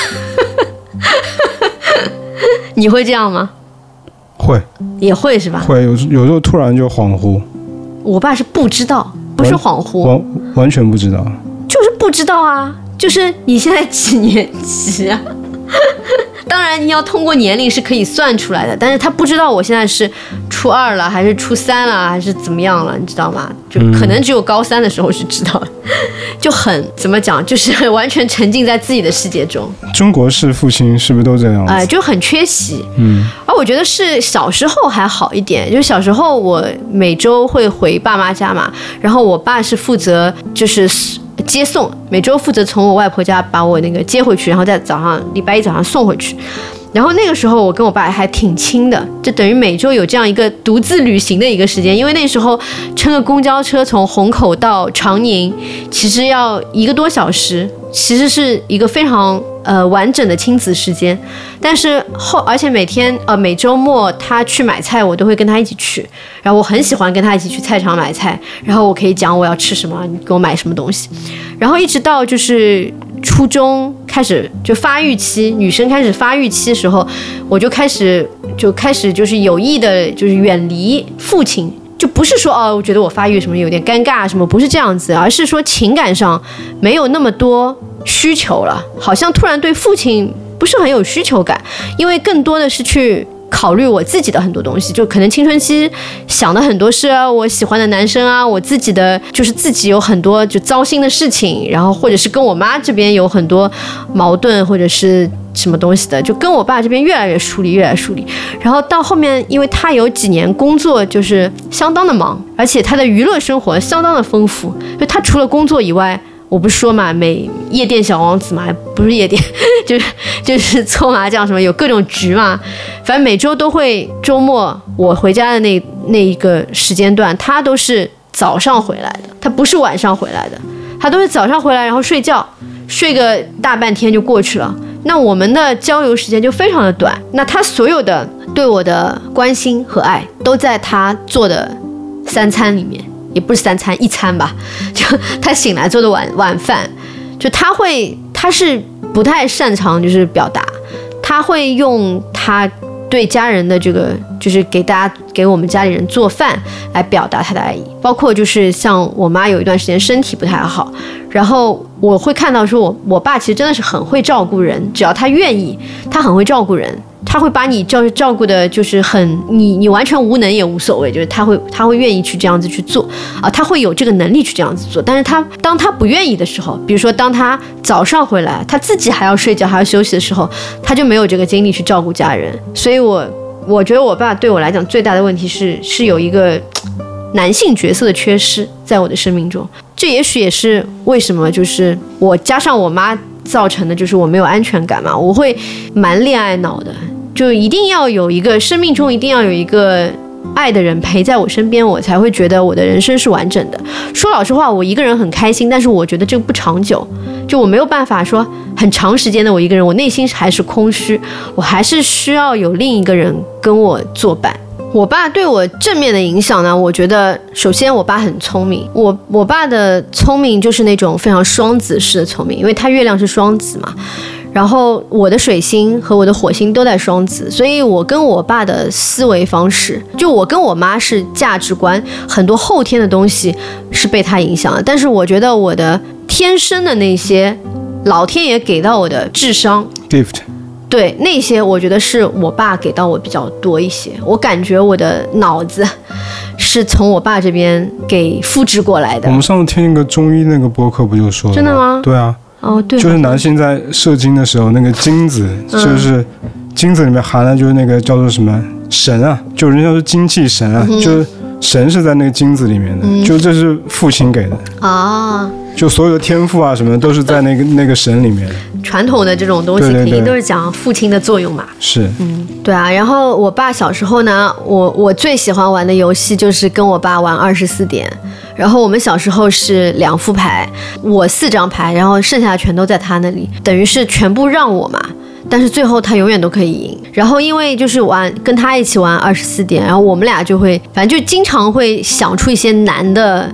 你会这样吗？ 会， 也会是吧？ 会有有时候突然就恍惚。 我爸是不知道，不是恍惚， 完完全不知道， 就是不知道啊。就是你现在几年级啊？当然你要通过年龄是可以算出来的，但是他不知道我现在是初二了还是初三了还是怎么样了，你知道吗？就可能只有高三的时候是知道的。就很怎么讲，就是完全沉浸在自己的世界中。 中国式父亲是不是都这样子？ 哎、呃，就很缺席。 嗯， 而我觉得是小时候还好一点，就小时候我每周会回爸妈家嘛，然后我爸是负责就是接送，每周负责从我外婆家把我那个接回去，然后在早上礼拜一早上送回去。然后那个时候我跟我爸还挺亲的，就等于每周有这样一个独自旅行的一个时间，因为那时候乘个公交车从虹口到长宁其实要一个多小时，其实是一个非常呃完整的亲子时间。但是后而且每天呃每周末他去买菜我都会跟他一起去，然后我很喜欢跟他一起去菜场买菜，然后我可以讲我要吃什么，你给我买什么东西。然后一直到就是初中开始就发育期，女生开始发育期的时候，我就开始就开始就是有意的就是远离父亲，就不是说哦我觉得我发育什么有点尴尬什么，不是这样子，而是说情感上没有那么多需求了，好像突然对父亲不是很有需求感，因为更多的是去考虑我自己的很多东西，就可能青春期想的很多是啊，我喜欢的男生啊，我自己的就是自己有很多就糟心的事情，然后或者是跟我妈这边有很多矛盾或者是什么东西的，就跟我爸这边越来越疏离越来越疏离。然后到后面因为他有几年工作就是相当的忙，而且他的娱乐生活相当的丰富，就他除了工作以外，我不是说嘛，每夜店小王子嘛，不是夜店，就是就是搓麻将什么，有各种局嘛。反正每周都会，周末我回家的那那一个时间段，他都是早上回来的，他不是晚上回来的，他都是早上回来，然后睡觉，睡个大半天就过去了。那我们的交流时间就非常的短，那他所有的对我的关心和爱，都在他做的三餐里面。也不是三餐一餐吧，就他醒来做的晚晚饭，就他会他是不太擅长就是表达，他会用他对家人的这个就是给大家给我们家里人做饭来表达他的爱意，包括就是像我妈有一段时间身体不太好，然后我会看到说我我爸其实真的是很会照顾人，只要他愿意，他很会照顾人。他会把你照照顾的，就是很你你完全无能也无所谓，就是他会他会愿意去这样子去做啊，他会有这个能力去这样子做。但是他当他不愿意的时候，比如说当他早上回来，他自己还要睡觉还要休息的时候，他就没有这个精力去照顾家人。所以我我觉得我爸对我来讲最大的问题是是有一个男性角色的缺失在我的生命中，这也许也是为什么就是我加上我妈造成的，就是我没有安全感嘛，我会蛮恋爱脑的。就一定要有一个生命中一定要有一个爱的人陪在我身边，我才会觉得我的人生是完整的。说老实话，我一个人很开心，但是我觉得这个不长久，就我没有办法说很长时间的我一个人，我内心还是空虚，我还是需要有另一个人跟我作伴。我爸对我正面的影响呢，我觉得首先我爸很聪明，我我爸的聪明就是那种非常双子式的聪明，因为他月亮是双子嘛，然后我的水星和我的火星都在双子，所以我跟我爸的思维方式，就我跟我妈是价值观很多后天的东西是被他影响的，但是我觉得我的天生的那些老天爷给到我的智商 gift， 对，那些我觉得是我爸给到我比较多一些，我感觉我的脑子是从我爸这边给复制过来的。 我们上次听那个中医那个播客不就说了吗？ 真的吗？ 对啊。 哦，对， 就是男性在射精的时候，那个精子、嗯、就是精子里面含的就是那个叫做什么神啊，就人家说精气神啊、嗯，就是神是在那个精子里面的，嗯、就这是父亲给的啊，就所有的天赋啊什么的都是在那个那个神里面的。传统的这种东西肯定都是讲父亲的作用嘛。是，嗯，对啊。然后我爸小时候呢，我我最喜欢玩的游戏就是跟我爸玩二十四点。然后我们小时候是两副牌，我四张牌，然后剩下的全都在他那里，等于是全部让我嘛。但是最后他永远都可以赢。然后因为就是玩跟他一起玩二十四点，然后我们俩就会反正就经常会想出一些难的题。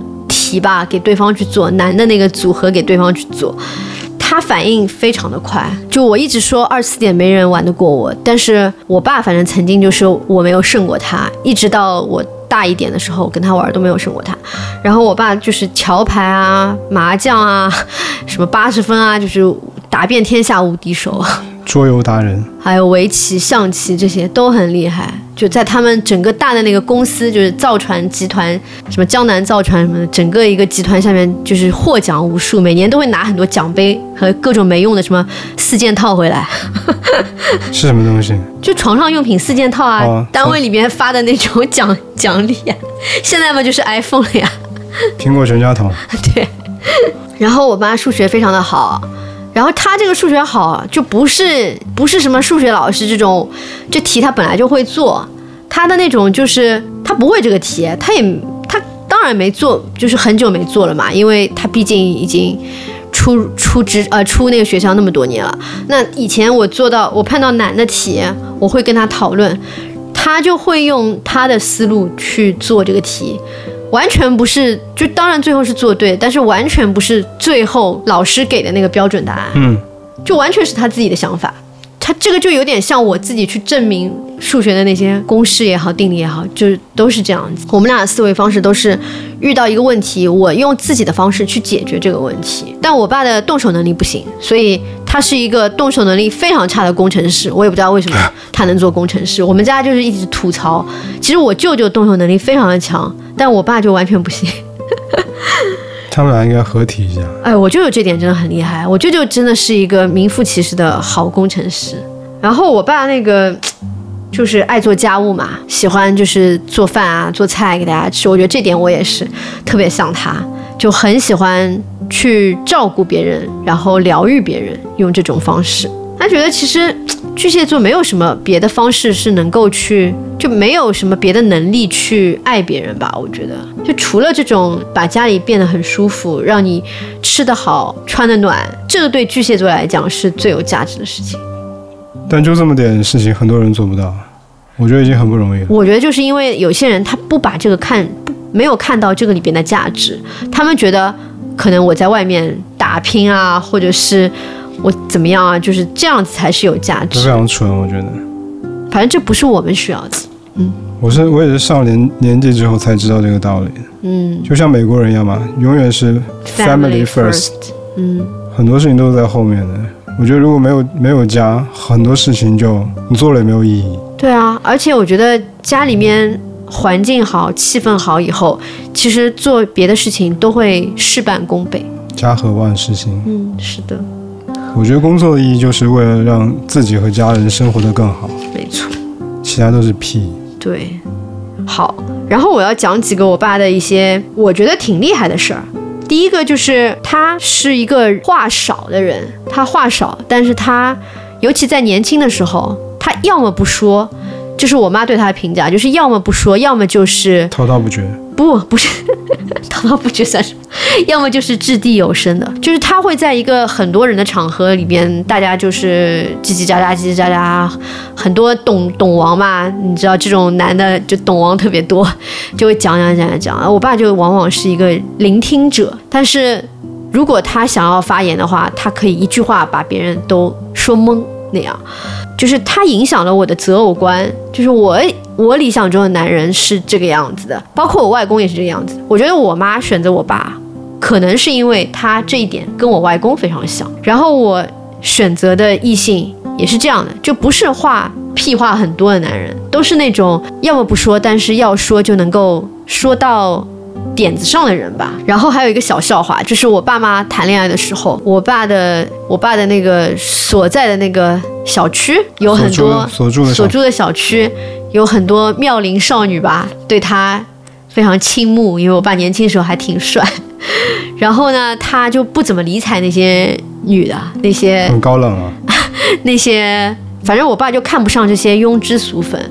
题吧给对方去做，难的那个组合给对方去做，他反应非常的快。就我一直说二十四点没人玩得过我，但是我爸反正曾经就是我没有胜过他，一直到我大一点的时候跟他玩都没有胜过他。然后我爸就是桥牌啊、麻将啊、什么八十分啊，就是打遍天下无敌手。 桌游达人， 还有围棋、象棋这些都很厉害。就在他们整个大的那个公司，就是造船集团，什么江南造船什么的，整个一个集团下面就是获奖无数，每年都会拿很多奖杯和各种没用的什么四件套回来。 是什么东西？ 就床上用品四件套啊， 哦、 单位里面发的那种奖奖励啊。现在嘛就是 iPhone 了呀， 苹果全家桶。 对。然后我妈数学非常的好。然后他这个数学好，就不是不是什么数学老师这种，这题他本来就会做，他的那种就是他不会这个题，他也他当然没做，就是很久没做了嘛，因为他毕竟已经出出职呃出那个学校那么多年了。那以前我做到我碰到难的题，我会跟他讨论，他就会用他的思路去做这个题。完全不是，就当然最后是做对，但是完全不是最后老师给的那个标准答案， 嗯， 就完全是他自己的想法。他这个就有点像我自己去证明数学的那些公式也好、定理也好，就是都是这样子。我们俩的思维方式都是遇到一个问题，我用自己的方式去解决这个问题。但我爸的动手能力不行，所以他是一个动手能力非常差的工程师。我也不知道为什么他能做工程师。我们家就是一直吐槽，其实我舅舅动手能力非常的强，但我爸就完全不行。 他们俩应该合体一下。 哎，我舅舅这点真的很厉害，我舅舅真的是一个名副其实的好工程师。然后我爸那个就是爱做家务嘛，喜欢就是做饭啊、做菜给大家吃。我觉得这点我也是特别像他，就很喜欢去照顾别人，然后疗愈别人，用这种方式。他觉得其实巨蟹座没有什么别的方式是能够去，就没有什么别的能力去爱别人吧。我觉得就除了这种把家里变得很舒服，让你吃得好穿得暖，这个对巨蟹座来讲是最有价值的事情。 但就这么点事情很多人做不到，我觉得已经很不容易了。 我觉得就是因为有些人他不把这个看，没有看到这个里边的价值，他们觉得可能我在外面打拼啊，或者是我怎么样啊，就是这样子才是有价值。 非常蠢，我觉得。 反正这不是我们需要的。嗯， 我是我也是上年年纪之后才知道这个道理的。嗯，就像美国人一样嘛，永远是 family first。嗯，很多事情都是在后面的。我觉得如果没有没有家，很多事情就你做了也没有意义。 对啊，而且我觉得家里面环境好、气氛好以后，其实做别的事情都会事半功倍。 家和万事兴。 嗯，是的。 我觉得工作的意义就是为了让自己和家人生活得更好。 没错。 其他都是屁。 对。好，然后我要讲几个我爸的一些我觉得挺厉害的事儿。第一个就是他是一个话少的人，他话少，但是他尤其在年轻的时候，他要么不说，这是我妈对他的评价，就是要么不说，要么就是滔滔不绝。 不，不是滔滔不绝算什么？要么就是掷地有声的，就是他会在一个很多人的场合里边，大家就是叽叽喳喳、叽叽喳喳，很多懂懂王嘛，你知道这种男的就懂王特别多，就会讲讲讲讲。我爸就往往是一个聆听者，但是如果他想要发言的话，他可以一句话把别人都说懵那样。就是他影响了我的择偶观，就是我我理想中的男人是这个样子的，包括我外公也是这个样子。我觉得我妈选择我爸，可能是因为他这一点跟我外公非常像，然后我选择的异性也是这样的，就不是话屁话很多的男人，都是那种要么不说，但是要说就能够说到点子上的人吧。然后还有一个小笑话，就是我爸妈谈恋爱的时候，我爸的我爸的那个所在的那个小区有很多所住的所住的小区有很多妙龄少女吧，对他非常倾慕，因为我爸年轻的时候还挺帅。然后呢，他就不怎么理睬那些女的，那些很高冷啊， 那些反正我爸就看不上这些庸脂俗粉。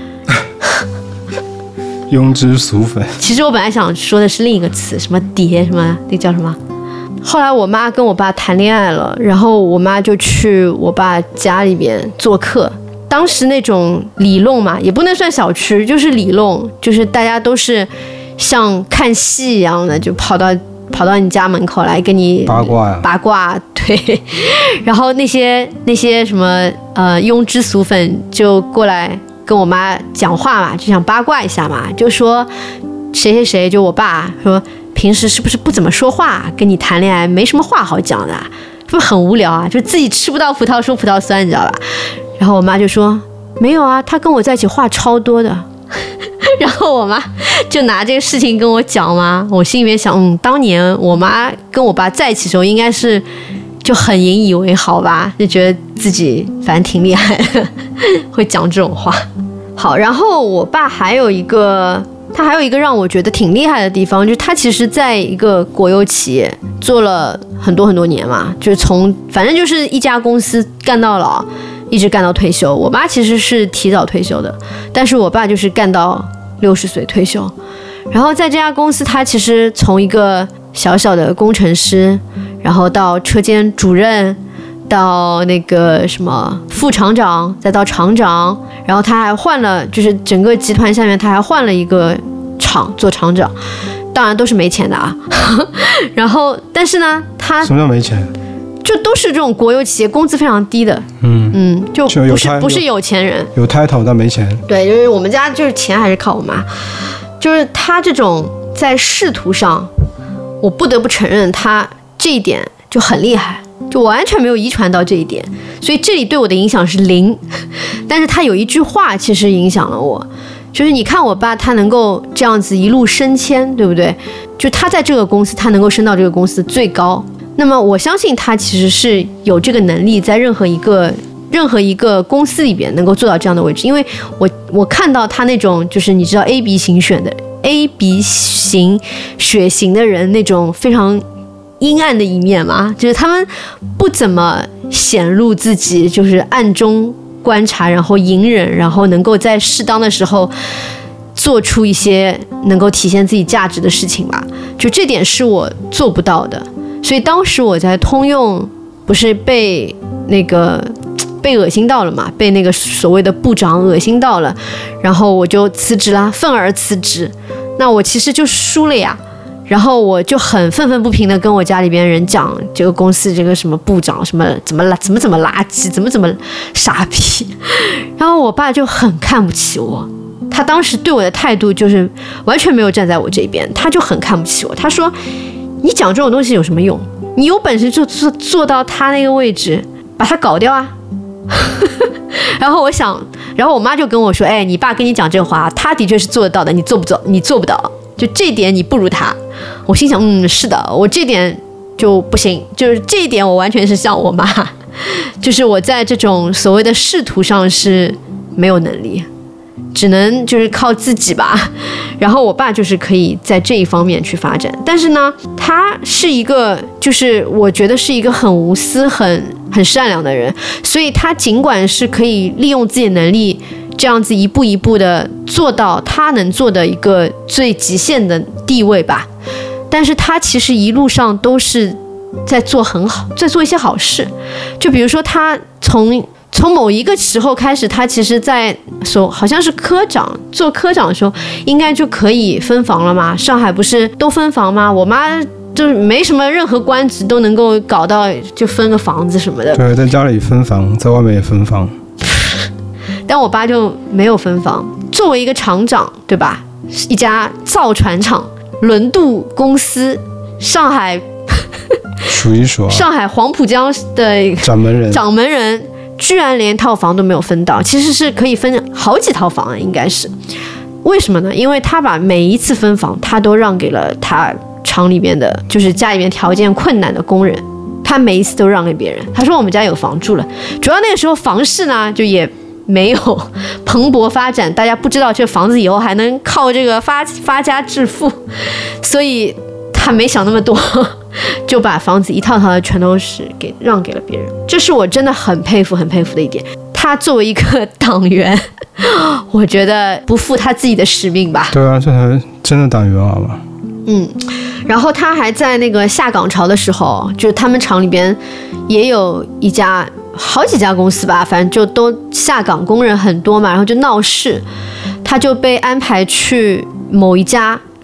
庸脂俗粉。 其实我本来想说的是另一个词，什么蝶什么，那叫什么？后来我妈跟我爸谈恋爱了，然后我妈就去我爸家里边做客。当时那种里弄嘛，也不能算小区，就是里弄，就是大家都是像看戏一样的，就跑到跑到你家门口来跟你八卦呀， 八卦，对。然后那些那些什么呃庸脂俗粉就过来跟我妈讲话嘛，就想八卦一下嘛，就说谁谁谁，就我爸说平时是不是不怎么说话，跟你谈恋爱没什么话好讲的，是不是很无聊啊？就自己吃不到葡萄说葡萄酸，你知道吧？然后我妈就说没有啊，他跟我在一起话超多的。然后我妈就拿这个事情跟我讲嘛，我心里面想，嗯，当年我妈跟我爸在一起的时候，应该是就很引以为豪吧，就觉得自己反正挺厉害的，会讲这种话。好，然后我爸还有一个，他还有一个让我觉得挺厉害的地方，就是他其实在一个国有企业做了很多很多年嘛，就是从反正就是一家公司干到老，一直干到退休。我妈其实是提早退休的，但是我爸就是干到六十岁退休。然后在这家公司，他其实从一个小小的工程师，然后到车间主任，到那个什么副厂长，再到厂长，然后他还换了，就是整个集团下面他还换了一个厂做厂长，当然都是没钱的啊。然后但是呢，他什么叫没钱？ 就都是这种国有企业，工资非常低的， 嗯嗯，就就有不是 ti- 不是有钱人， 有 title 但没钱。 对，就是我们家就是钱还是靠我妈，就是他这种在仕途上，我不得不承认他这一点就很厉害，就完全没有遗传到这一点，所以这里对我的影响是零。但是他有一句话其实影响了我，就是你看我爸他能够这样子一路升迁，对不对？就他在这个公司，他能够升到这个公司最高。那么我相信他其实是有这个能力，在任何一个任何一个公司里边能够做到这样的位置，因为我我看到他那种就是你知道 A B 型选的 A B 型血型的人那种非常阴暗的一面嘛，就是他们不怎么显露自己，就是暗中观察，然后隐忍，然后能够在适当的时候做出一些能够体现自己价值的事情吧，就这点是我做不到的。所以当时我在通用不是被那个被恶心到了嘛，被那个所谓的部长恶心到了，然后我就辞职啦，愤而辞职。那我其实就输了呀，然后我就很愤愤不平的跟我家里边人讲，这个公司这个什么部长什么怎么怎么怎么垃圾，怎么怎么傻逼。然后我爸就很看不起我，他当时对我的态度就是完全没有站在我这边，他就很看不起我。他说你讲这种东西有什么用？你有本事就做做到他那个位置，把他搞掉啊。然后我想，然后我妈就跟我说，哎，你爸跟你讲这话，他的确是做得到的，你做不做？你做不到，就这点你不如他。我心想，嗯，是的，我这点就不行，就是这一点我完全是像我妈，就是我在这种所谓的仕途上是没有能力，只能就是靠自己吧。然后我爸就是可以在这一方面去发展，但是呢，他是一个就是我觉得是一个很无私很很善良的人，所以他尽管是可以利用自己的能力这样子一步一步的做到他能做的一个最极限的地位吧，但是他其实一路上都是在做很好，在做一些好事。就比如说他从从某一个时候开始，他其实在说好像是科长做科长的时候应该就可以分房了嘛，上海不是都分房吗？我妈就是没什么任何官职都能够搞到就分个房子什么的。 对，在家里分房，在外面也分房。 但我爸就没有分房。作为一个厂长，对吧？一家造船厂，轮渡公司，上海数一数啊， 上海黄浦江的掌门人， 掌门人居然连套房都没有分到，其实是可以分好几套房的，应该是。为什么呢？因为他把每一次分房，他都让给了他厂里面的，就是家里面条件困难的工人，他每一次都让给别人。他说我们家有房住了，主要那个时候房市呢就也没有蓬勃发展，大家不知道这房子以后还能靠这个发发家致富，所以他没想那么多，就把房子一套套的全都是给让给了别人。这是我真的很佩服很佩服的一点。他作为一个党员，我觉得不负他自己的使命吧。 对啊，这才真的党员好吗？ 嗯，然后他还在那个下岗潮的时候，就是他们厂里边也有一家好几家公司吧，反正就都下岗工人很多嘛，然后就闹事，他就被安排去某一家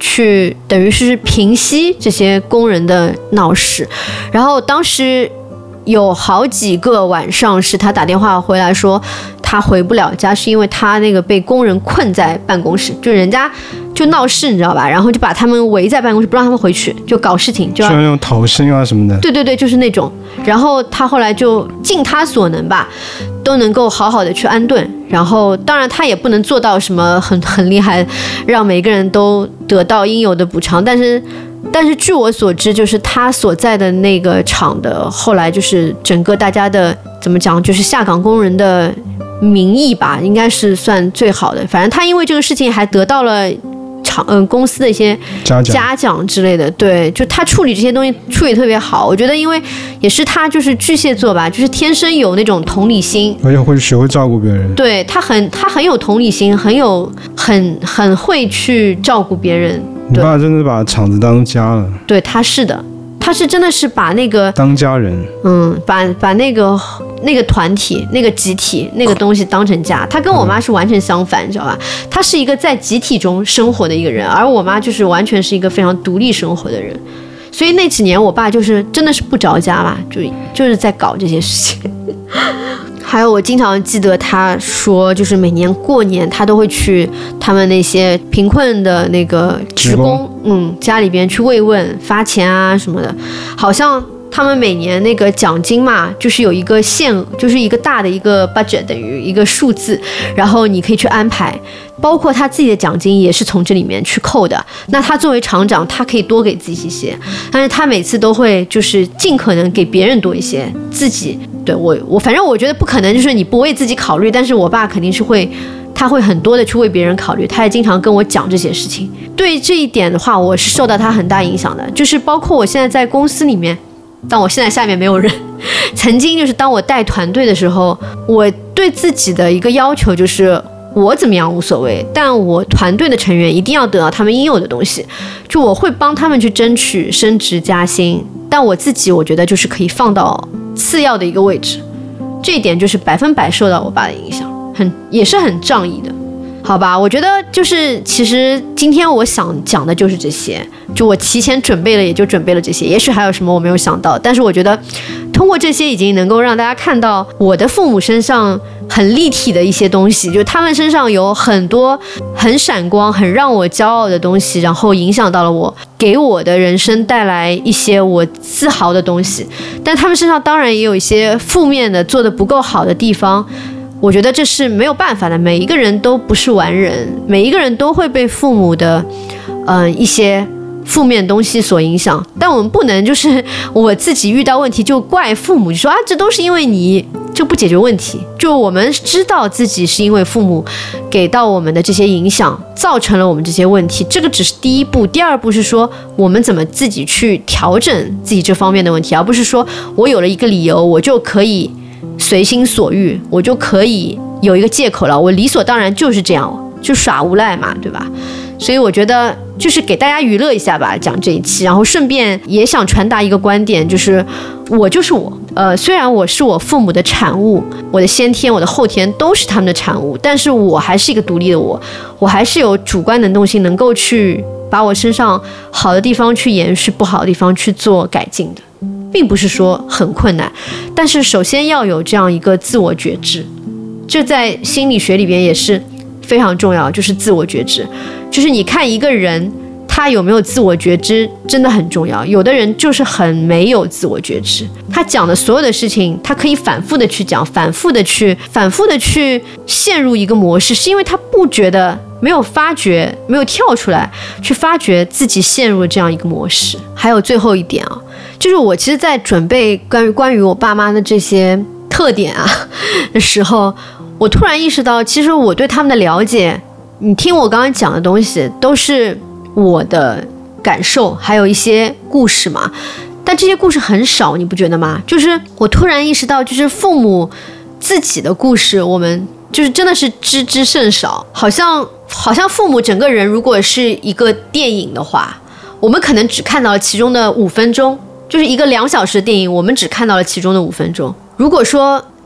去等于是平息这些工人的闹事。然后当时有好几个晚上是他打电话回来说他回不了家，是因为他那个被工人困在办公室，就人家就闹事你知道吧，然后就把他们围在办公室不让他们回去，就搞事情，就要像那种讨薪啊什么的。 对对对，就是那种。然后他后来就尽他所能吧，都能够好好的去安顿。然后当然他也不能做到什么很很厉害，让每个人都得到应有的补偿，但是但是据我所知，就是他所在的那个厂的后来就是整个大家的怎么讲，就是下岗工人的名义吧，应该是算最好的。反正他因为这个事情还得到了厂嗯公司的一些嘉奖嘉奖之类的。对，就他处理这些东西处理特别好，我觉得因为也是他就是巨蟹座吧，就是天生有那种同理心， 而且会学会照顾别人。 对，他很他很有同理心，很有很很会去照顾别人。 你爸真的把厂子当家了。 对，他是的，他是真的是把那个当家人， 嗯，把把那个那个团体、那个集体、那个东西当成家。他跟我妈是完全相反，你知道吧？他是一个在集体中生活的一个人，而我妈就是完全是一个非常独立生活的人。所以那几年，我爸就是真的是不着家嘛，就就是在搞这些事情。还有我经常记得他说，就是每年过年他都会去他们那些贫困的那个职工，嗯，家里边去慰问、发钱啊什么的，好像他们每年那个奖金嘛，就是有一个限额，就是一个大的一个 budget， 等于一个数字，然后你可以去安排，包括他自己的奖金也是从这里面去扣的。那他作为厂长，他可以多给自己一些，但是他每次都会就是尽可能给别人多一些，自己对我我反正我觉得不可能就是你不为自己考虑，但是我爸肯定是会。他会很多的去为别人考虑，他也经常跟我讲这些事情。对这一点的话，我是受到他很大影响的，就是包括我现在在公司里面，但我现在下面没有人。曾经就是当我带团队的时候，我对自己的一个要求就是我怎么样无所谓，但我团队的成员一定要得到他们应有的东西，就我会帮他们去争取升职加薪，但我自己我觉得就是可以放到次要的一个位置。这一点就是百分百受到我爸的影响，很也是很仗义的。好吧，我觉得就是其实今天我想讲的就是这些，就我提前准备了也就准备了这些，也许还有什么我没有想到，但是我觉得通过这些已经能够让大家看到我的父母身上很立体的一些东西，就他们身上有很多很闪光很让我骄傲的东西，然后影响到了我，给我的人生带来一些我自豪的东西，但他们身上当然也有一些负面的做得不够好的地方，我觉得这是没有办法的，每一个人都不是完人，每一个人都会被父母的嗯、呃、一些负面东西所影响，但我们不能就是我自己遇到问题就怪父母，就说啊这都是因为你，就不解决问题。就我们知道自己是因为父母给到我们的这些影响造成了我们这些问题，这个只是第一步，第二步是说我们怎么自己去调整自己这方面的问题，而不是说我有了一个理由我就可以随心所欲，我就可以有一个借口了，我理所当然就是这样，就耍无赖嘛，对吧？所以我觉得就是给大家娱乐一下吧，讲这一期，然后顺便也想传达一个观点，就是我就是我，呃，虽然我是我父母的产物，我的先天我的后天都是他们的产物，但是我还是一个独立的我，我还是有主观能动性，能够去把我身上好的地方去延续，不好的地方去做改进的，并不是说很困难，但是首先要有这样一个自我觉知，这在心理学里边也是非常重要，就是自我觉知，就是你看一个人他有没有自我觉知真的很重要。有的人就是很没有自我觉知，他讲的所有的事情他可以反复的去讲，反复的去反复的去陷入一个模式，是因为他不觉得，没有发觉，没有跳出来去发觉自己陷入了这样一个模式。还有最后一点啊，就是我其实在准备关于关于我爸妈的这些特点啊的时候，我突然意识到其实我对他们的了解，你听我刚刚讲的东西都是我的感受，还有一些故事嘛，但这些故事很少，你不觉得吗？就是我突然意识到，就是父母自己的故事我们就是真的是知之甚少，好像好像父母整个人如果是一个电影的话，我们可能只看到了其中的五分钟，就是一个两小时的电影，我们只看到了其中的五分钟。如果说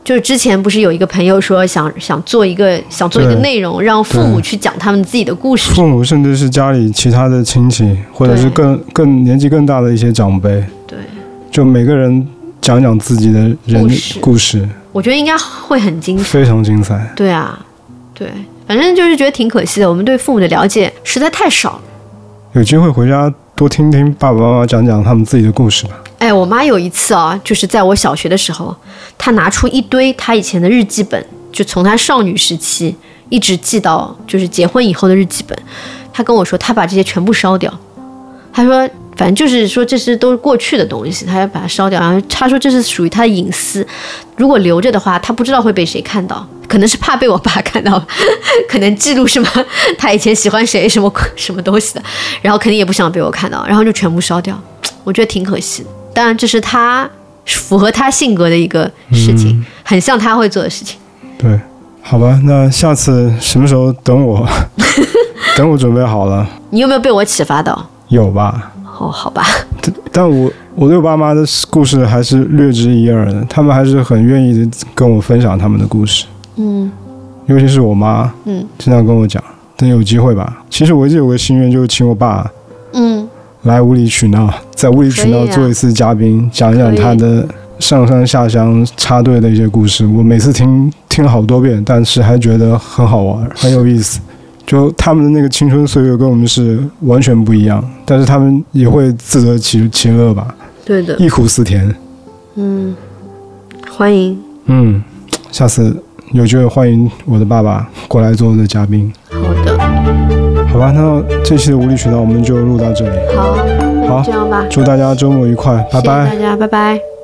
就是之前不是有一个朋友说想想做一个想做一个内容，让父母去讲他们自己的故事， 父母甚至是家里其他的亲戚，或者是更更年纪更大的一些长辈， 对， 就每个人讲讲自己的人故事， 故事我觉得应该会很精彩， 非常精彩。 对啊，对，反正就是觉得挺可惜的，我们对父母的了解实在太少了。 有机会回家多听听爸爸妈妈讲讲他们自己的故事吧。 哎，我妈有一次啊，就是在我小学的时候，她拿出一堆她以前的日记本，就从她少女时期一直记到就是结婚以后的日记本。她跟我说，她把这些全部烧掉。她说，反正就是说这是都是过去的东西，她要把它烧掉。然后她说这是属于她的隐私，如果留着的话，她不知道会被谁看到，可能是怕被我爸看到，可能记录什么她以前喜欢谁什么什么东西的，然后肯定也不想被我看到，然后就全部烧掉。我觉得挺可惜的。当然这是他符合他性格的一个事情、嗯、很像他会做的事情。 对，好吧，那下次什么时候等我等我准备好了。 你有没有被我启发到？ 有吧。 哦，好吧。 但我我对我爸妈的故事还是略知一二的，他们还是很愿意跟我分享他们的故事。 嗯， 尤其是我妈，嗯，经常跟我讲。等有机会吧。其实我一直有个心愿，就是请我爸，嗯，来无理取闹，在无理取闹做一次嘉宾，啊、讲一讲他的上山下乡插队的一些故事。我每次听听了好多遍，但是还觉得很好玩，很有意思。就他们的那个青春岁月跟我们是完全不一样，但是他们也会自得其其乐吧。 对的， 忆苦思甜。嗯， 欢迎。 嗯，下次有机会欢迎我的爸爸过来做我的嘉宾。 好的。 好吧，那这期的无理取闹我们就录到这里。 好， 好， 这样吧。 祝大家周末愉快，拜拜。 谢谢大家，拜拜。